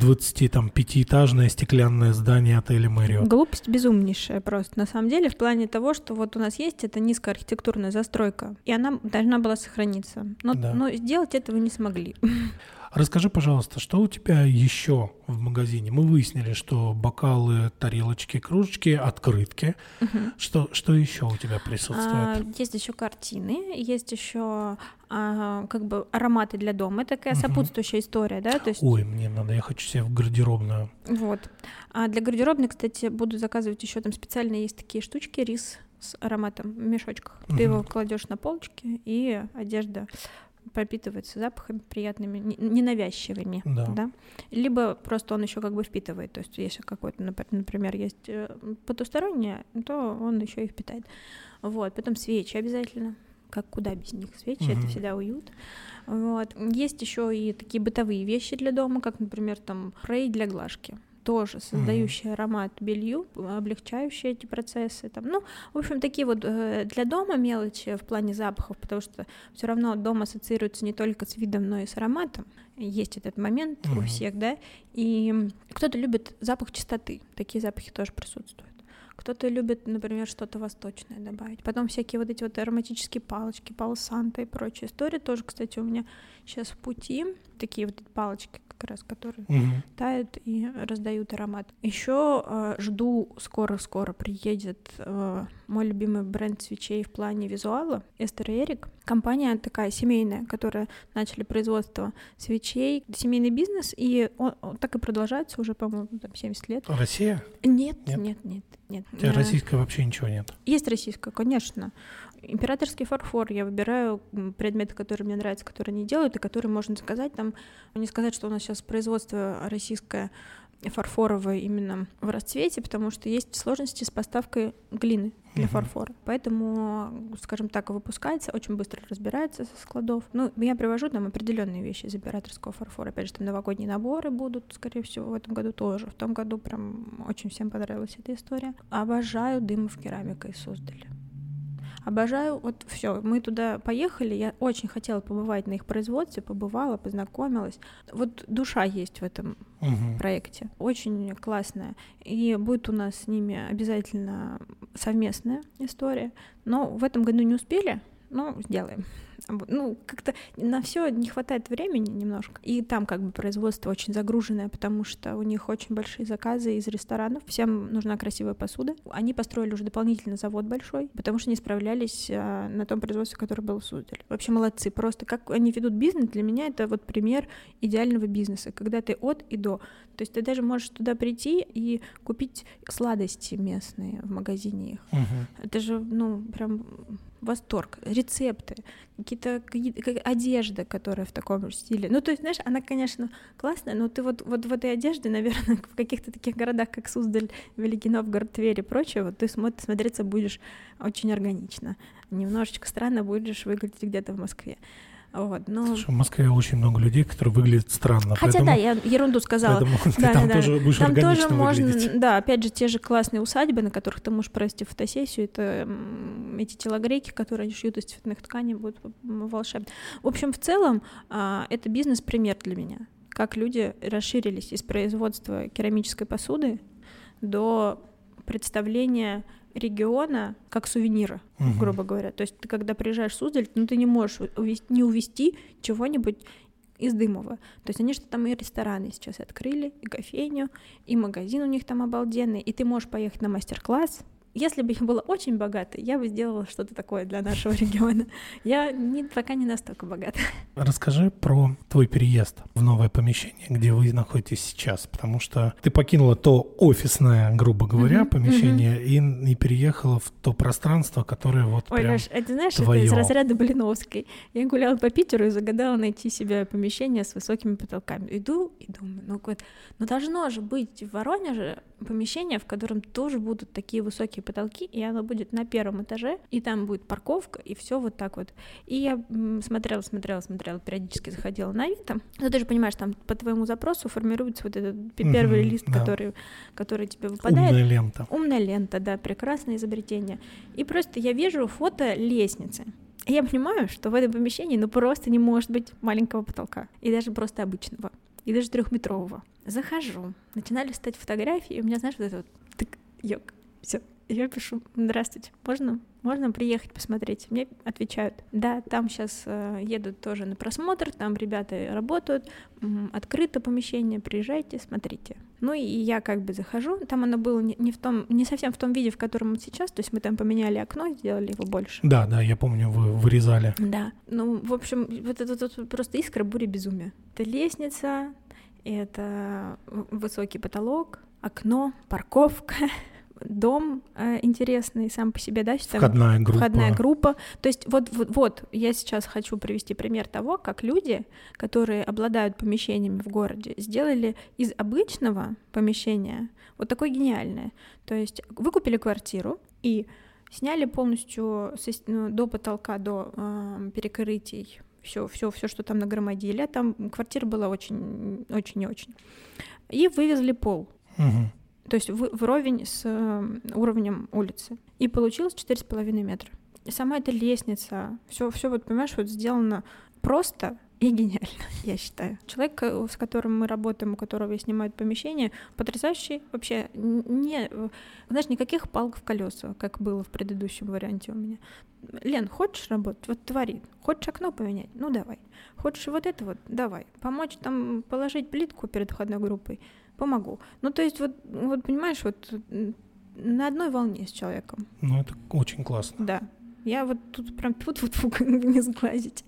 Speaker 1: 25-этажное стеклянное здание отеля Мэриот.
Speaker 2: Глупость безумнейшая просто, на самом деле, в плане того, что вот у нас есть эта низкоархитектурная застройка, и она должна была сохраниться, но сделать этого не смогли.
Speaker 1: Расскажи, пожалуйста, что у тебя еще в магазине? Мы выяснили, что бокалы, тарелочки, кружечки, открытки. Что еще у тебя присутствует?
Speaker 2: Есть еще картины, есть еще как бы ароматы для дома. Это такая сопутствующая история, да? То есть...
Speaker 1: Ой, мне надо, я хочу себе в гардеробную.
Speaker 2: Вот. А для гардеробной, кстати, буду заказывать еще там специально есть такие штучки, рис с ароматом в мешочках. Ты его кладешь на полочки, и одежда пропитывается запахами приятными, ненавязчивыми, да? Либо просто он еще как бы впитывает, то есть если какой-то, например, есть потустороннее, то он еще и впитает. Вот, потом свечи обязательно, куда без них? Свечи это всегда уют. Вот. Есть еще и такие бытовые вещи для дома, как, например, там спрей для глажки. Тоже создающий аромат белью, облегчающий эти процессы. Там, в общем, такие вот для дома мелочи в плане запахов, потому что все равно дом ассоциируется не только с видом, но и с ароматом. Есть этот момент у всех, да. И кто-то любит запах чистоты, такие запахи тоже присутствуют. Кто-то любит, например, что-то восточное добавить. Потом всякие вот эти вот ароматические палочки, пало-санта и прочая история. Тоже, кстати, у меня сейчас в пути такие вот эти палочки, как раз, которые тают и раздают аромат. Еще жду, скоро приедет мой любимый бренд свечей в плане визуала, Эстер и Эрик. Компания такая семейная, которая начали производство свечей, семейный бизнес, и он так и продолжается уже, по-моему, там 70 лет.
Speaker 1: Россия?
Speaker 2: Нет.
Speaker 1: У тебя российского вообще ничего нет?
Speaker 2: Есть российское, конечно. Императорский фарфор. Я выбираю предметы, которые мне нравятся, которые они делают, и которые можно заказать. Там не сказать, что у нас сейчас производство российское фарфоровое именно в расцвете, потому что есть сложности с поставкой глины для фарфора. Поэтому, скажем так, выпускается, очень быстро разбирается со складов. Я привожу там определенные вещи из императорского фарфора. Опять же, там новогодние наборы будут, скорее всего, в этом году тоже. В том году прям очень всем понравилась эта история. Обожаю Дымов керамика из Суздаля. обожаю. Вот все, мы туда поехали, я очень хотела побывать на их производстве, побывала, познакомилась. Вот душа есть в этом проекте, очень классная. И будет у нас с ними обязательно совместная история. Но в этом году не успели, но сделаем. Ну, как-то на все не хватает времени немножко. И там как бы производство очень загруженное, потому что у них очень большие заказы из ресторанов. Всем нужна красивая посуда. Они построили уже дополнительный завод большой, потому что не справлялись на том производстве, которое было в Суздале. Вообще молодцы. Просто как они ведут бизнес, для меня это вот пример идеального бизнеса, когда ты от и до. То есть ты даже можешь туда прийти и купить сладости местные в магазине их. Это же, ну, прям восторг. Рецепты, какие-то одежда, которая в таком же стиле. Ну, то есть, знаешь, она, конечно, классная, но ты вот в этой одежде, наверное, в каких-то таких городах, как Суздаль, Великий Новгород, Тверь и прочее, вот ты смотреться будешь очень органично. Немножечко странно будешь выглядеть где-то в Москве. Вот, но...
Speaker 1: Слушай, в Москве очень много людей, которые выглядят странно.
Speaker 2: Хотя, да, я ерунду сказала.
Speaker 1: Поэтому ты там тоже будешь
Speaker 2: там
Speaker 1: органично
Speaker 2: тоже
Speaker 1: выглядеть.
Speaker 2: Можно, да, опять же, те же классные усадьбы, на которых ты можешь провести фотосессию, это эти телогрейки, которые они шьют из цветных тканей, будут волшебно. В общем, в целом, это бизнес-пример для меня. Как люди расширились из производства керамической посуды до представления региона как сувенира, грубо говоря. То есть ты, когда приезжаешь в Суздаль, ну, ты не можешь не увезти чего-нибудь из Дымова. То есть они что там и рестораны сейчас открыли, и кофейню, и магазин у них там обалденный, и ты можешь поехать на мастер-класс. Если бы я была очень богатой, я бы сделала что-то такое для нашего региона. Я пока не настолько богата.
Speaker 1: Расскажи про твой переезд в новое помещение, где вы находитесь сейчас, потому что ты покинула то офисное, грубо говоря, помещение и переехала в то пространство, которое вот
Speaker 2: Ой,
Speaker 1: прям
Speaker 2: Леш, это знаешь,
Speaker 1: твоё.
Speaker 2: это из разряда Блиновской. Я гуляла по Питеру и загадала найти себе помещение с высокими потолками. Иду и думаю, ну должно же быть в Воронеже помещение, в котором тоже будут такие высокие потолки, и оно будет на первом этаже, и там будет парковка, и все вот так вот. И я смотрела, периодически заходила на Авито. Но ты же понимаешь, там по твоему запросу формируется вот этот первый лист, который тебе выпадает. Умная лента, да, прекрасное изобретение. И просто я вижу фото лестницы. И я понимаю, что в этом помещении просто не может быть маленького потолка. И даже просто обычного. И даже 3-метрового. Захожу, начинаю листать фотографии, и у меня, знаешь, вот это вот тык-ёк, все. Я пишу: здравствуйте, можно приехать посмотреть? Мне отвечают: да, там сейчас едут тоже на просмотр, там ребята работают, открыто помещение, приезжайте, смотрите. Ну и я как бы захожу, там оно было не совсем в том виде, в котором он сейчас, то есть мы там поменяли окно, сделали его больше.
Speaker 1: Да, я помню, вы вырезали.
Speaker 2: Да, ну, в общем, вот это просто искра, буря, безумия. Это лестница, это высокий потолок, окно, парковка, дом интересный сам по себе, да?
Speaker 1: Входная
Speaker 2: группа. То есть вот я сейчас хочу привести пример того, как люди, которые обладают помещениями в городе, сделали из обычного помещения вот такое гениальное. То есть вы купили квартиру и сняли полностью до потолка, до перекрытий все, что там нагромодили. Там квартира была очень и очень. И вывезли пол. То есть вровень с уровнем улицы. И получилось 4,5 метра. И сама эта лестница, все вот, понимаешь, вот сделано просто и гениально, я считаю. Человек, с которым мы работаем, у которого я снимаю помещение, потрясающий, вообще, знаешь, никаких палок в колеса, как было в предыдущем варианте у меня. Лен, хочешь работать? Вот твори. Хочешь окно поменять? Ну, давай. Хочешь вот это вот? Давай. Помочь там положить плитку перед входной группой? Помогу. Ну, то есть, вот понимаешь, вот на одной волне с человеком.
Speaker 1: Ну, это очень классно.
Speaker 2: Да. Я вот тут прям тьфу-тьфу-тьфу, не сглазить.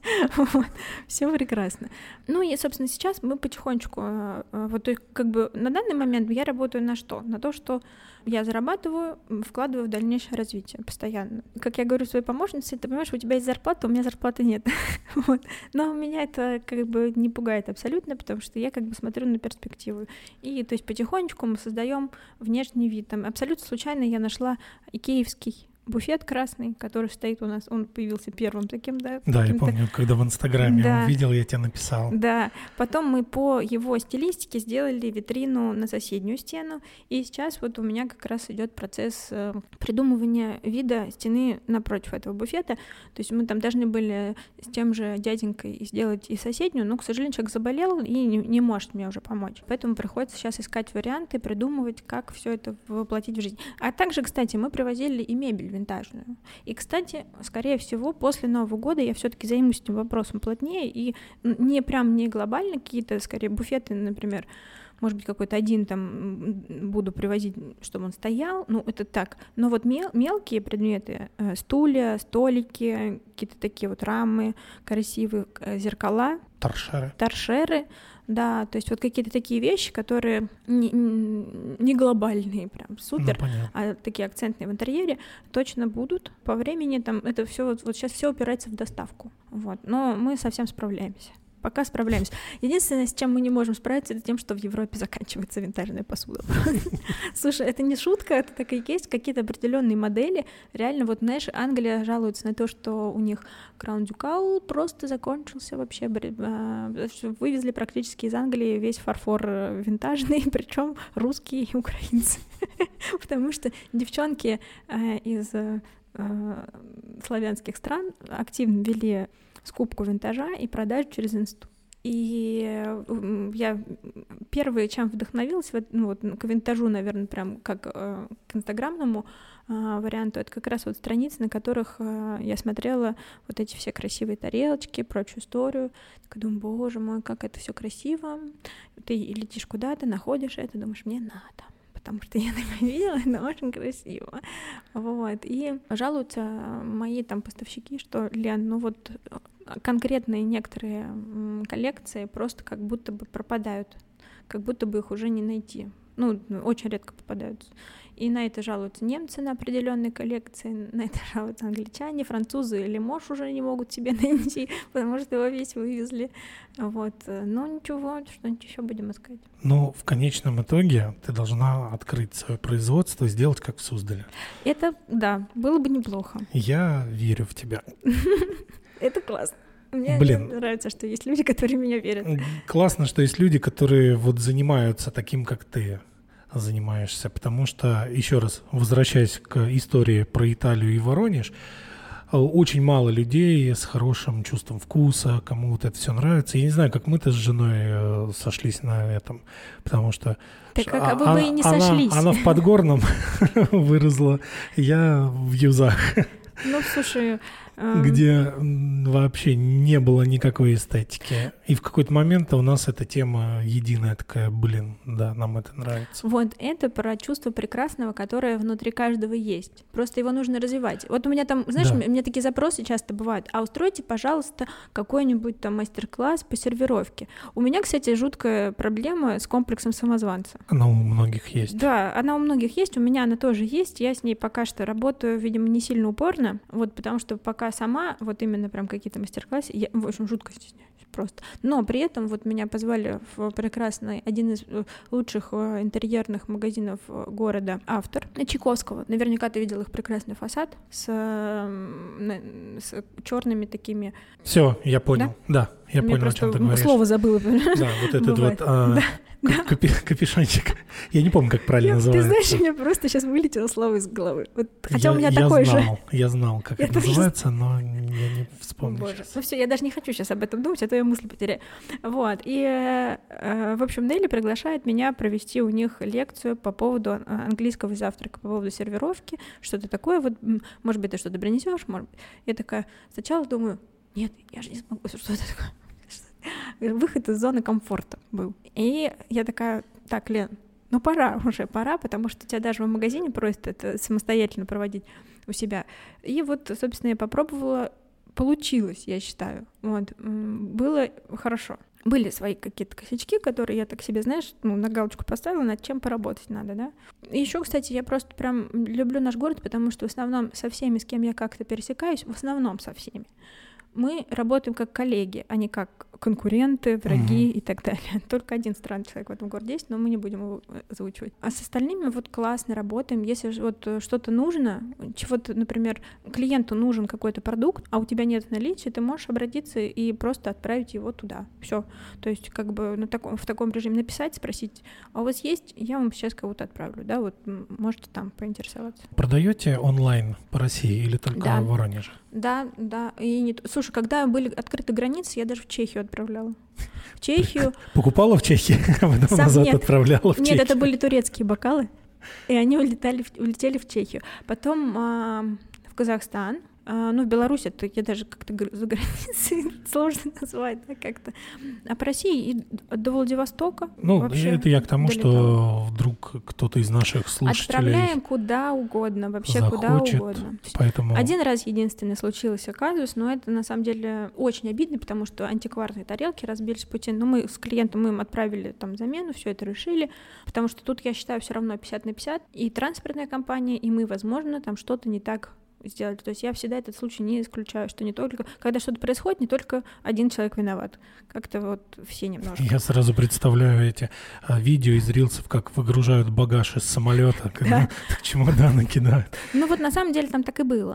Speaker 2: Все прекрасно. Ну и, собственно, сейчас мы потихонечку, вот как бы на данный момент я работаю на что? На то, что я зарабатываю, вкладываю в дальнейшее развитие постоянно. Как я говорю своей помощнице, ты понимаешь, у тебя есть зарплата, у меня зарплаты нет. Вот. Но меня это как бы не пугает абсолютно, потому что я как бы смотрю на перспективу. И то есть потихонечку мы создаем внешний вид. Там абсолютно случайно я нашла икеевский буфет красный, который стоит у нас, он появился первым таким, да?
Speaker 1: Да, я помню, когда в Инстаграме увидел, я тебе написал.
Speaker 2: Да, потом мы по его стилистике сделали витрину на соседнюю стену, и сейчас вот у меня как раз идет процесс придумывания вида стены напротив этого буфета. То есть мы там должны были с тем же дяденькой сделать и соседнюю, но, к сожалению, человек заболел и не может мне уже помочь. Поэтому приходится сейчас искать варианты, придумывать, как все это воплотить в жизнь. А также, кстати, мы привозили и мебель винтажную. И, кстати, скорее всего, после Нового года я все-таки займусь этим вопросом плотнее и не глобально какие-то, скорее, буфеты, например, может быть, какой-то один там буду привозить, чтобы он стоял, ну, это так. Но вот мелкие предметы, стулья, столики, какие-то такие вот рамы красивые, зеркала. Торшеры, да, то есть вот какие-то такие вещи, которые не глобальные, прям супер, а такие акцентные в интерьере, точно будут. По времени там это все вот сейчас все упирается в доставку, вот. Но мы совсем справляемся. Пока справляемся. Единственное, с чем мы не можем справиться, это тем, что в Европе заканчивается винтажная посуда. Слушай, это не шутка, это так и есть. Какие-то определенные модели. Реально, вот, знаешь, Англия жалуется на то, что у них Crown Ducal просто закончился вообще. Вывезли практически из Англии весь фарфор винтажный, причем русские и украинцы. Потому что девчонки из славянских стран активно вели скупку винтажа и продажу через инсту. И я первое, чем вдохновилась, к винтажу, наверное, прям как к инстаграмному варианту, это как раз вот страницы, на которых я смотрела вот эти все красивые тарелочки, прочую историю. Так думаю, боже мой, как это все красиво. Ты летишь куда-то, находишь это, думаешь, мне надо. Потому что я так видела, это очень красиво. Вот. И жалуются мои там поставщики, что, Лен, ну вот конкретные некоторые коллекции просто как будто бы пропадают, как будто бы их уже не найти. Ну, очень редко попадаются. И на это жалуются немцы на определенные коллекции, на это жалуются англичане, французы или Лимож уже не могут себе найти, потому что его весь вывезли. Вот. Но ничего, что-нибудь еще будем искать.
Speaker 1: Ну, в конечном итоге ты должна открыть свое производство и сделать как в Суздале.
Speaker 2: Это, да, было бы неплохо.
Speaker 1: Я верю в тебя.
Speaker 2: Это классно. Мне нравится, что есть люди, которые в меня верят.
Speaker 1: Классно, что есть люди, которые вот занимаются таким, как ты занимаешься, потому что, еще раз, возвращаясь к истории про Италию и Воронеж, очень мало людей с хорошим чувством вкуса, кому вот это все нравится. Я не знаю, как мы-то с женой сошлись на этом, потому что
Speaker 2: так как бы вы и не сошлись.
Speaker 1: Она в Подгорном выросла, я в Юзах.
Speaker 2: Ну, слушай...
Speaker 1: где вообще не было никакой эстетики. И в какой-то момент у нас эта тема единая такая, да, нам это нравится.
Speaker 2: Вот это про чувство прекрасного, которое внутри каждого есть. Просто его нужно развивать. Вот у меня там, знаешь, да. У меня такие запросы часто бывают. А устройте, пожалуйста, какой-нибудь там мастер-класс по сервировке. У меня, кстати, жуткая проблема с комплексом самозванца.
Speaker 1: Она у многих есть.
Speaker 2: Да, она у многих есть, у меня она тоже есть. Я с ней пока что работаю, видимо, не сильно упорно, вот потому что пока сама, вот именно прям какие-то мастер-классы, я, в общем, жутко стесняюсь просто. Но при этом вот меня позвали в прекрасный, один из лучших интерьерных магазинов города, Автор, Чайковского. Наверняка ты видел их прекрасный фасад с черными такими...
Speaker 1: Все, я понял, да я понял, о чем ты говоришь.
Speaker 2: Слово забыла.
Speaker 1: Да, вот этот вот... Капюшончик. Я не помню, как правильно называется.
Speaker 2: Ты знаешь, у меня просто сейчас вылетело слово из головы. Вот, хотя у меня такой же.
Speaker 1: Я знал, как это называется, но я не вспомню.
Speaker 2: Боже. Ну все, я даже не хочу сейчас об этом думать, а то я мысли потеряю. Вот. И, в общем, Нелли приглашает меня провести у них лекцию по поводу английского завтрака, по поводу сервировки, что-то такое. Вот, может быть, ты что-то принесешь, может быть. Я такая сначала думаю, нет, я же не смогу, что это такое. Выход из зоны комфорта был. И я такая, так, Лен, ну пора, потому что тебя даже в магазине просят это самостоятельно проводить у себя. И вот, собственно, я попробовала, получилось, я считаю. Вот. Было хорошо. Были свои какие-то косячки, которые я так себе, знаешь, на галочку поставила, над чем поработать надо, да. И еще, кстати, я просто прям люблю наш город, потому что в основном со всеми, с кем я как-то пересекаюсь, в основном со всеми, мы работаем как коллеги, а не как конкуренты, враги и так далее. Только один странный человек в этом городе есть, но мы не будем его озвучивать. А с остальными вот классно работаем. Если вот что-то нужно, чего-то, например, клиенту нужен какой-то продукт, а у тебя нет в наличии, ты можешь обратиться и просто отправить его туда. Все. То есть как бы в таком режиме написать, спросить, а у вас есть? Я вам сейчас кого-то отправлю, да, вот можете там поинтересоваться.
Speaker 1: Продаете онлайн по России или только в Воронеже?
Speaker 2: Да. И слушай, когда были открыты границы, я даже в Чехию отправляла. В Чехию...
Speaker 1: Покупала в Чехии, а потом назад отправляла в Чехию?
Speaker 2: Нет, это были турецкие бокалы, и они улетели в Чехию. Потом в Казахстан. В Беларуси это я даже как-то за границей сложно назвать, да, как-то. А по России и до Владивостока
Speaker 1: это я к тому, что вдруг кто-то из наших слушателей
Speaker 2: отправляем куда угодно, вообще куда угодно.
Speaker 1: Поэтому...
Speaker 2: Один раз единственный случился казус, но это на самом деле очень обидно, потому что антикварные тарелки разбились в пути. Но мы с клиентом им отправили там замену, все это решили, потому что тут, я считаю, все равно 50/50. И транспортная компания, и мы, возможно, там что-то не так сделали. То есть я всегда этот случай не исключаю, что не только, когда что-то происходит, не только один человек виноват. Как-то вот все немножко.
Speaker 1: Я сразу представляю эти видео из рилсов, как выгружают багаж из самолета, когда чемоданы кидают.
Speaker 2: На самом деле там так и было.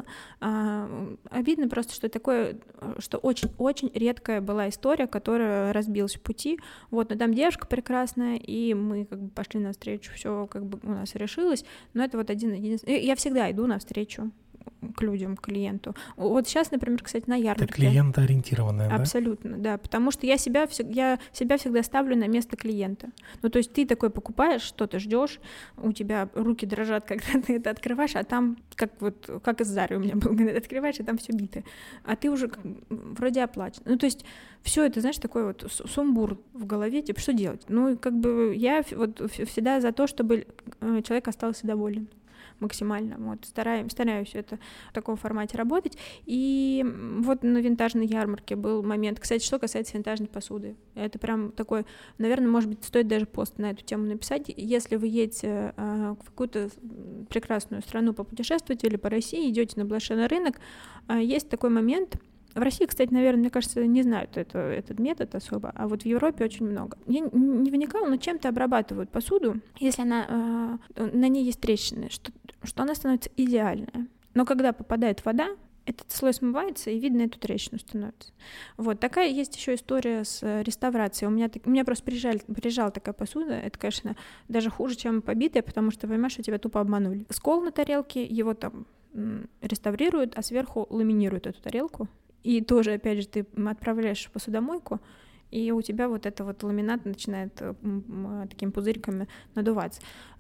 Speaker 2: Обидно просто, что такое, что очень-очень редкая была история, которая разбилась в пути. Но там девушка прекрасная, и мы как бы пошли навстречу, все как бы у нас решилось. Но это вот единственный. Я всегда иду навстречу к людям, к клиенту. Вот сейчас, например, кстати, на ярмарке.
Speaker 1: Это клиентоориентированная, да?
Speaker 2: Абсолютно, да, потому что я себя всегда ставлю на место клиента. То есть ты такой покупаешь, что-то ждешь, у тебя руки дрожат, когда ты это открываешь, а там, как из Зары у меня было, когда ты открываешь, и там все бито. А ты уже вроде оплачен. То есть все это, знаешь, такой вот сумбур в голове, типа, что делать? Я всегда за то, чтобы человек остался доволен максимально. Стараюсь это в таком формате работать. И на винтажной ярмарке был момент. Кстати, что касается винтажной посуды. Это прям такой, наверное, может быть, стоит даже пост на эту тему написать. Если вы едете в какую-то прекрасную страну попутешествовать или по России, идете на блошиный рынок, есть такой момент. В России, кстати, наверное, мне кажется, не знают этот метод особо, а вот в Европе очень много. Я не вникала, но чем-то обрабатывают посуду, если на ней есть трещины, что она становится идеальная. Но когда попадает вода, этот слой смывается, и видно эту трещину становится. Такая есть еще история с реставрацией. У меня просто приезжала такая посуда. Это, конечно, даже хуже, чем побитая, потому что, понимаешь, что тебя тупо обманули. Скол на тарелке, его там реставрируют, а сверху ламинируют эту тарелку. И тоже, опять же, ты отправляешь в посудомойку, и у тебя ламинат начинает такими пузырьками надуваться.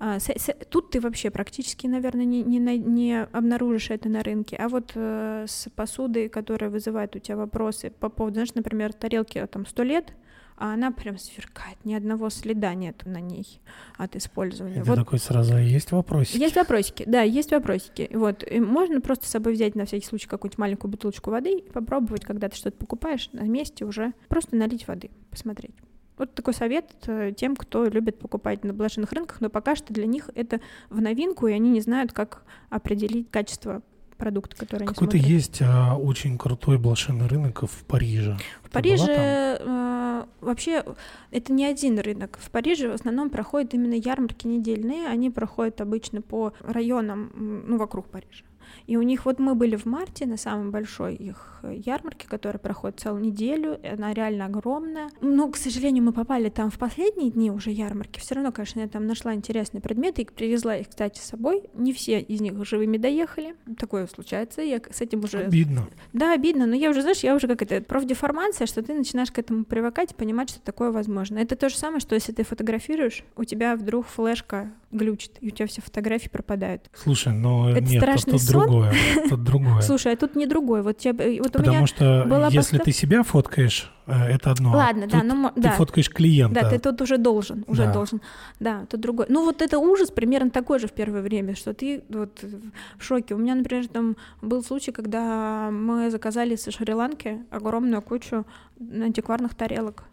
Speaker 2: Тут ты вообще практически, наверное, не обнаружишь это на рынке. А с посудой, которая вызывает у тебя вопросы по поводу, знаешь, например, тарелки 100 лет, а она прям сверкает, ни одного следа нет на ней от использования.
Speaker 1: Это такой сразу есть вопросики?
Speaker 2: Есть вопросики, да, есть вопросики. И можно просто с собой взять на всякий случай какую-нибудь маленькую бутылочку воды и попробовать, когда ты что-то покупаешь, на месте уже просто налить воды, посмотреть. Такой совет тем, кто любит покупать на блошиных рынках, но пока что для них это в новинку, и они не знают, как определить качество продукты, которые они смотрят.
Speaker 1: Какой-то есть очень крутой блошиный рынок в Париже.
Speaker 2: В Париже вообще это не один рынок. В Париже в основном проходят именно ярмарки недельные. Они проходят обычно по районам, вокруг Парижа. И у них мы были в марте на самой большой их ярмарке, которая проходит целую неделю. Она реально огромная. Но, к сожалению, мы попали там в последние дни уже ярмарки. Все равно, конечно, я там нашла интересные предметы и привезла их, кстати, с собой. Не все из них живыми доехали. Такое случается. Я с этим уже...
Speaker 1: Обидно.
Speaker 2: Да, обидно. Но я уже как это профдеформация, что ты начинаешь к этому привыкать и понимать, что такое возможно. Это то же самое, что если ты фотографируешь, у тебя вдруг флешка глючит, и у тебя все фотографии пропадают.
Speaker 1: Слушай, но
Speaker 2: это
Speaker 1: нет,
Speaker 2: страшный
Speaker 1: тут другое.
Speaker 2: Слушай, а тут не другое.
Speaker 1: Потому что если ты себя фоткаешь, это одно.
Speaker 2: Ладно,
Speaker 1: тут ты фоткаешь клиента.
Speaker 2: Да, ты тут уже должен. Да, тут другое. Это ужас примерно такой же в первое время, что ты в шоке. У меня, например, там был случай, когда мы заказали со Шри-Ланки огромную кучу антикварных тарелок.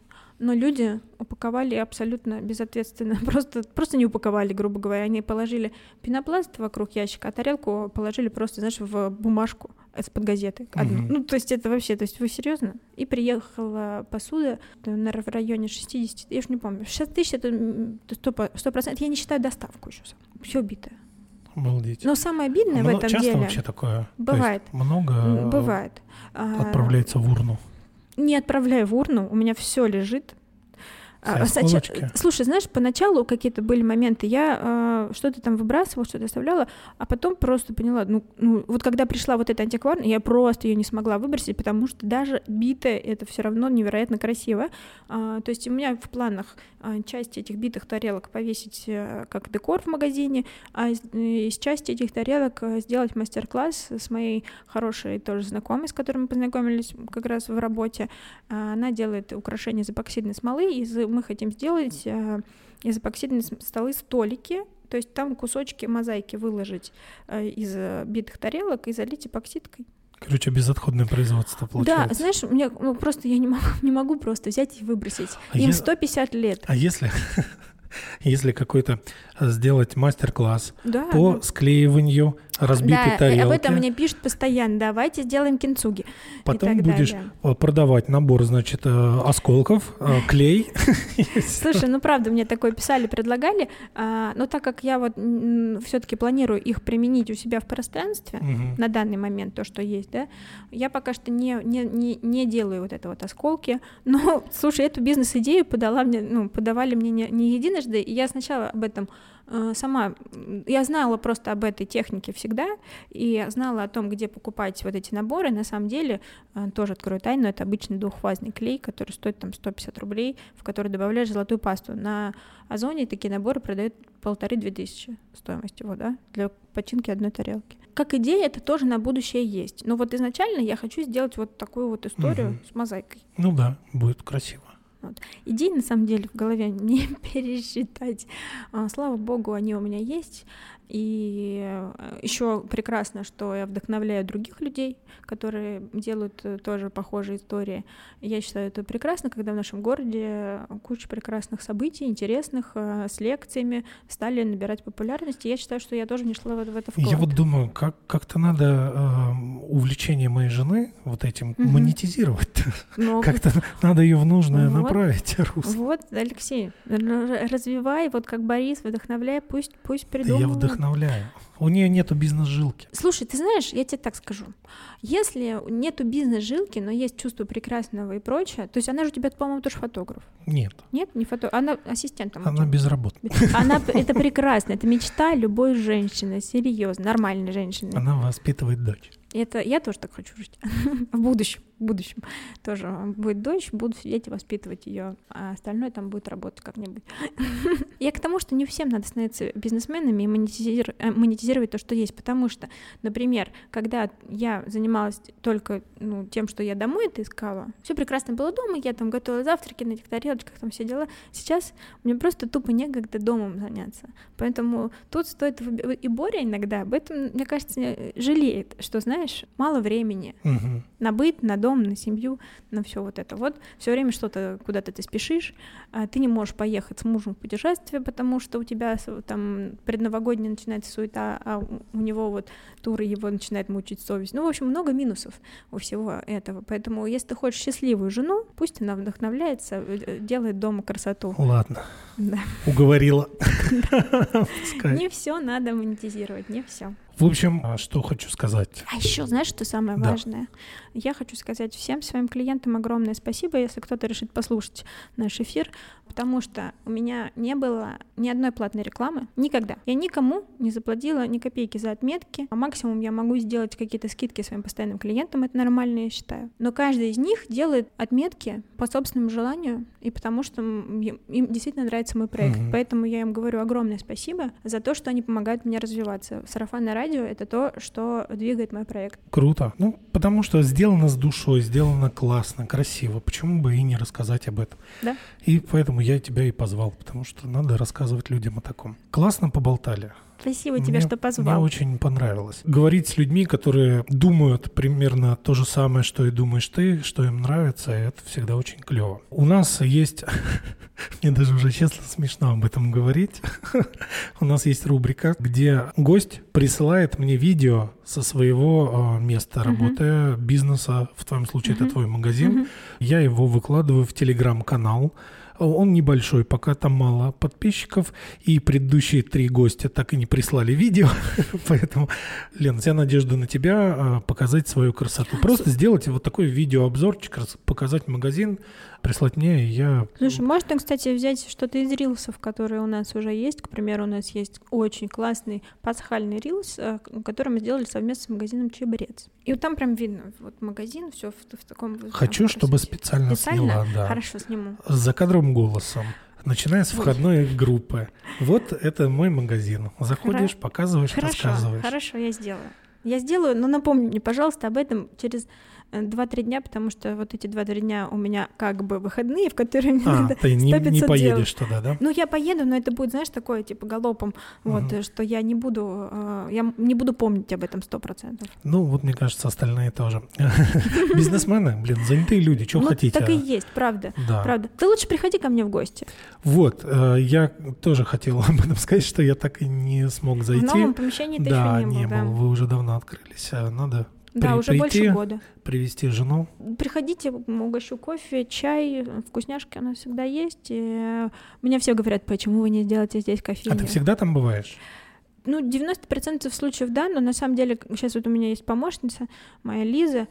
Speaker 2: но люди упаковали абсолютно безответственно, просто не упаковали, грубо говоря, они положили пенопласт вокруг ящика, а тарелку положили просто, знаешь, в бумажку из-под газеты одну. Ну, то есть это вообще, то есть вы серьезно? И приехала посуда, наверное, в районе 60, я уж не помню, 60 тысяч, это 100%, я не считаю доставку еще, все битое.
Speaker 1: Обалдеть.
Speaker 2: Но самое обидное в этом
Speaker 1: часто
Speaker 2: деле...
Speaker 1: вообще такое?
Speaker 2: Бывает.
Speaker 1: То есть много
Speaker 2: бывает.
Speaker 1: Отправляется в урну?
Speaker 2: Не отправляю в урну, у меня все лежит. Слушай, знаешь, поначалу какие-то были моменты, я что-то там выбрасывала, что-то оставляла, а потом просто поняла, вот когда пришла вот эта антикварная, я просто ее не смогла выбросить, потому что даже битое это все равно невероятно красиво. То есть у меня в планах часть этих битых тарелок повесить как декор в магазине, а из части этих тарелок сделать мастер-класс с моей хорошей тоже знакомой, с которой мы познакомились как раз в работе. Она делает украшения из эпоксидной смолы, мы хотим сделать из эпоксидной столы столики, то есть там кусочки мозаики выложить из битых тарелок и залить эпоксидкой.
Speaker 1: Короче, безотходное производство получается.
Speaker 2: Да, знаешь, мне просто я не могу просто взять и выбросить. Им 150 лет.
Speaker 1: А если какой-то сделать мастер-класс по склеиванию разбитой тарелки.
Speaker 2: Да, об этом мне пишут постоянно. Давайте сделаем кинцуги.
Speaker 1: Потом будешь продавать набор, значит, осколков, клей.
Speaker 2: Слушай, правда, мне такое писали, предлагали, но так как я вот все-таки планирую их применить у себя в пространстве на данный момент, то, что есть, да, я пока что не делаю вот это вот осколки. Но, слушай, эту бизнес-идею подавали мне не единожды, и я сначала об этом сама, я знала просто об этой технике всегда, и знала о том, где покупать вот эти наборы. На самом деле, тоже открою тайну, это обычный двухфазный клей, который стоит там 150 рублей, в который добавляешь золотую пасту. На Озоне такие наборы продают 1500-2000 стоимость его, да, для починки одной тарелки. Как идея, это тоже на будущее есть. Но вот изначально я хочу сделать вот такую вот историю с мозаикой.
Speaker 1: Ну да, будет красиво.
Speaker 2: Вот. Идей, на самом деле, в голове не пересчитать. Слава богу, они у меня есть. И еще прекрасно, что я вдохновляю других людей, которые делают тоже похожие истории. Я считаю, это прекрасно, когда в нашем городе куча прекрасных событий, интересных, с лекциями стали набирать популярность. И я считаю, что я тоже внесла в это вклад.
Speaker 1: Я вот думаю, как-то надо увлечение моей жены вот этим монетизировать. Как-то надо ее в нужное направить русло.
Speaker 2: Вот, Алексей, развивай, вот как Борис, вдохновляй, пусть придумывает.
Speaker 1: Вдохновляю. У нее нету бизнес-жилки.
Speaker 2: Слушай, ты знаешь, я тебе так скажу. Если нету бизнес-жилки, но есть чувство прекрасного и прочее, то есть она же у тебя, по-моему, тоже фотограф.
Speaker 1: Нет.
Speaker 2: Нет, не фотограф. Она ассистентом.
Speaker 1: Она безработная.
Speaker 2: Это прекрасно. Это мечта любой женщины, серьезно, нормальной женщины.
Speaker 1: Она воспитывает дочь.
Speaker 2: Это я тоже так хочу жить. В будущем тоже будет дочь, буду сидеть и воспитывать ее, а остальное там будет работать как-нибудь. Я к тому, что не всем надо становиться бизнесменами и монетизировать то, что есть, потому что, например, когда я занималась только тем, что я домой это искала, все прекрасно было дома, я там готовила завтраки на этих тарелочках, там все дела. Сейчас мне просто тупо некогда домом заняться, поэтому тут стоит выбирать. И Боря иногда об этом, мне кажется, жалеет, что, знаешь, мало времени на быт, на дом, на семью, на все вот это. Вот все время что-то куда-то ты спешишь, ты не можешь поехать с мужем в путешествие, потому что у тебя там предновогодняя начинается суета, а у него вот туры его начинает мучить совесть. В общем, много минусов у всего этого. Поэтому, если ты хочешь счастливую жену, пусть она вдохновляется, делает дома красоту.
Speaker 1: Ладно.
Speaker 2: Да.
Speaker 1: Уговорила.
Speaker 2: Не все надо монетизировать, не все.
Speaker 1: В общем, что хочу сказать.
Speaker 2: А еще, знаешь, что самое важное? Я хочу сказать всем своим клиентам огромное спасибо, если кто-то решит послушать наш эфир, потому что у меня не было ни одной платной рекламы, никогда. Я никому не заплатила ни копейки за отметки, а максимум я могу сделать какие-то скидки своим постоянным клиентам, это нормально, я считаю. Но каждый из них делает отметки по собственному желанию и потому что им действительно нравится мой проект. Поэтому я им говорю огромное спасибо за то, что они помогают мне развиваться. Сарафанное радио — это то, что двигает мой проект.
Speaker 1: Круто. Потому что сделано с душой, сделано классно, красиво. Почему бы и не рассказать об этом?
Speaker 2: Да.
Speaker 1: И поэтому я тебя и позвал, потому что надо рассказывать людям о таком. Классно поболтали.
Speaker 2: Спасибо тебе, что
Speaker 1: Мне
Speaker 2: позвал.
Speaker 1: очень понравилось. Говорить с людьми, которые думают примерно то же самое, что и думаешь ты, что им нравится, это всегда очень клево. У нас есть... Мне даже уже честно смешно об этом говорить. У нас есть рубрика, где гость присылает мне видео со своего места работы, бизнеса. В твоем случае это твой магазин. Я его выкладываю в телеграм-канал. Он небольшой, пока там мало подписчиков, и предыдущие 3 гостя так и не прислали видео, поэтому, Лен, вся надежда на тебя показать свою красоту. Просто сделать вот такой видеообзорчик, показать магазин, прислать мне, и я...
Speaker 2: Слушай, можно, кстати, взять что-то из рилсов, которые у нас уже есть. К примеру, у нас есть очень классный пасхальный рилс, который мы сделали совместно с магазином «Чебрец». И вот там прям видно, вот магазин, все в таком...
Speaker 1: Хочу, чтобы специально сняла, да.
Speaker 2: Хорошо, сниму.
Speaker 1: С закадровым голосом, начиная с входной группы. Вот это мой магазин. Заходишь, показываешь, рассказываешь.
Speaker 2: Хорошо, я сделаю. Я сделаю, но напомни мне, пожалуйста, об этом через 2-3 дня, потому что вот эти 2-3 дня у меня как бы выходные, в которые мне надо 100-500
Speaker 1: ты не поедешь
Speaker 2: делать.
Speaker 1: туда, да?
Speaker 2: Ну, я поеду, но это будет, знаешь, такое, типа, галопом, вот, что я не буду помнить об этом 100%.
Speaker 1: Ну, вот, мне кажется, остальные тоже. Бизнесмены, блин, занятые люди, что хотите.
Speaker 2: Так и есть, правда,
Speaker 1: Да.
Speaker 2: правда. Ты лучше приходи ко мне в гости.
Speaker 1: Вот, я тоже хотел об этом сказать, что я так и не смог зайти.
Speaker 2: В новом помещении ты
Speaker 1: да,
Speaker 2: еще не был, да.
Speaker 1: Вы уже давно открылись, надо
Speaker 2: Да, уже больше года.
Speaker 1: Привезти жену.
Speaker 2: Приходите, угощу кофе, чай, вкусняшки у нас всегда есть. И меня все говорят, почему вы не сделаете здесь кофейню.
Speaker 1: А ты всегда там бываешь?
Speaker 2: Ну, 90% случаев да, но на самом деле сейчас вот у меня есть помощница, моя Лиза,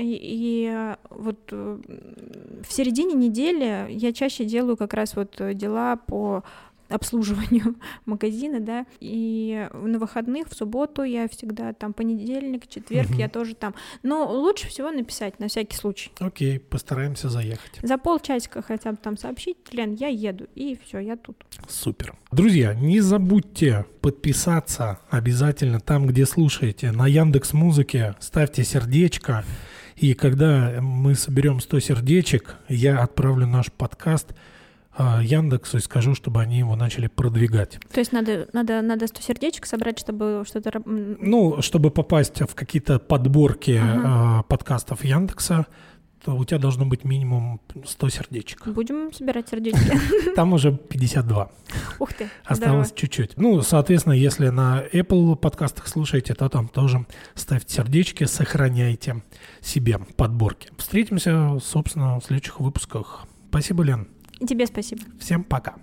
Speaker 2: и вот в середине недели я чаще делаю как раз вот дела по обслуживанию магазина, да, и на выходных, в субботу я всегда там, понедельник, четверг, я тоже там. Но лучше всего написать, на всякий случай.
Speaker 1: Окей, постараемся заехать.
Speaker 2: За полчасика хотя бы там сообщить, Лен, я еду, и все, я тут.
Speaker 1: Супер. Друзья, не забудьте подписаться обязательно там, где слушаете, на Яндекс.Музыке, ставьте сердечко, и когда мы соберем 100 сердечек, я отправлю наш подкаст Яндексу и скажу, чтобы они его начали продвигать.
Speaker 2: То есть надо 100 сердечек собрать, чтобы что-то...
Speaker 1: Ну, чтобы попасть в какие-то подборки подкастов Яндекса, то у тебя должно быть минимум 100 сердечек.
Speaker 2: Будем собирать сердечки.
Speaker 1: Там уже 52.
Speaker 2: Ух ты.
Speaker 1: Осталось чуть-чуть. Ну, соответственно, если на Apple подкастах слушаете, то там тоже ставьте сердечки, сохраняйте себе подборки. Встретимся, собственно, в следующих выпусках. Спасибо, Лен.
Speaker 2: И тебе спасибо.
Speaker 1: Всем пока.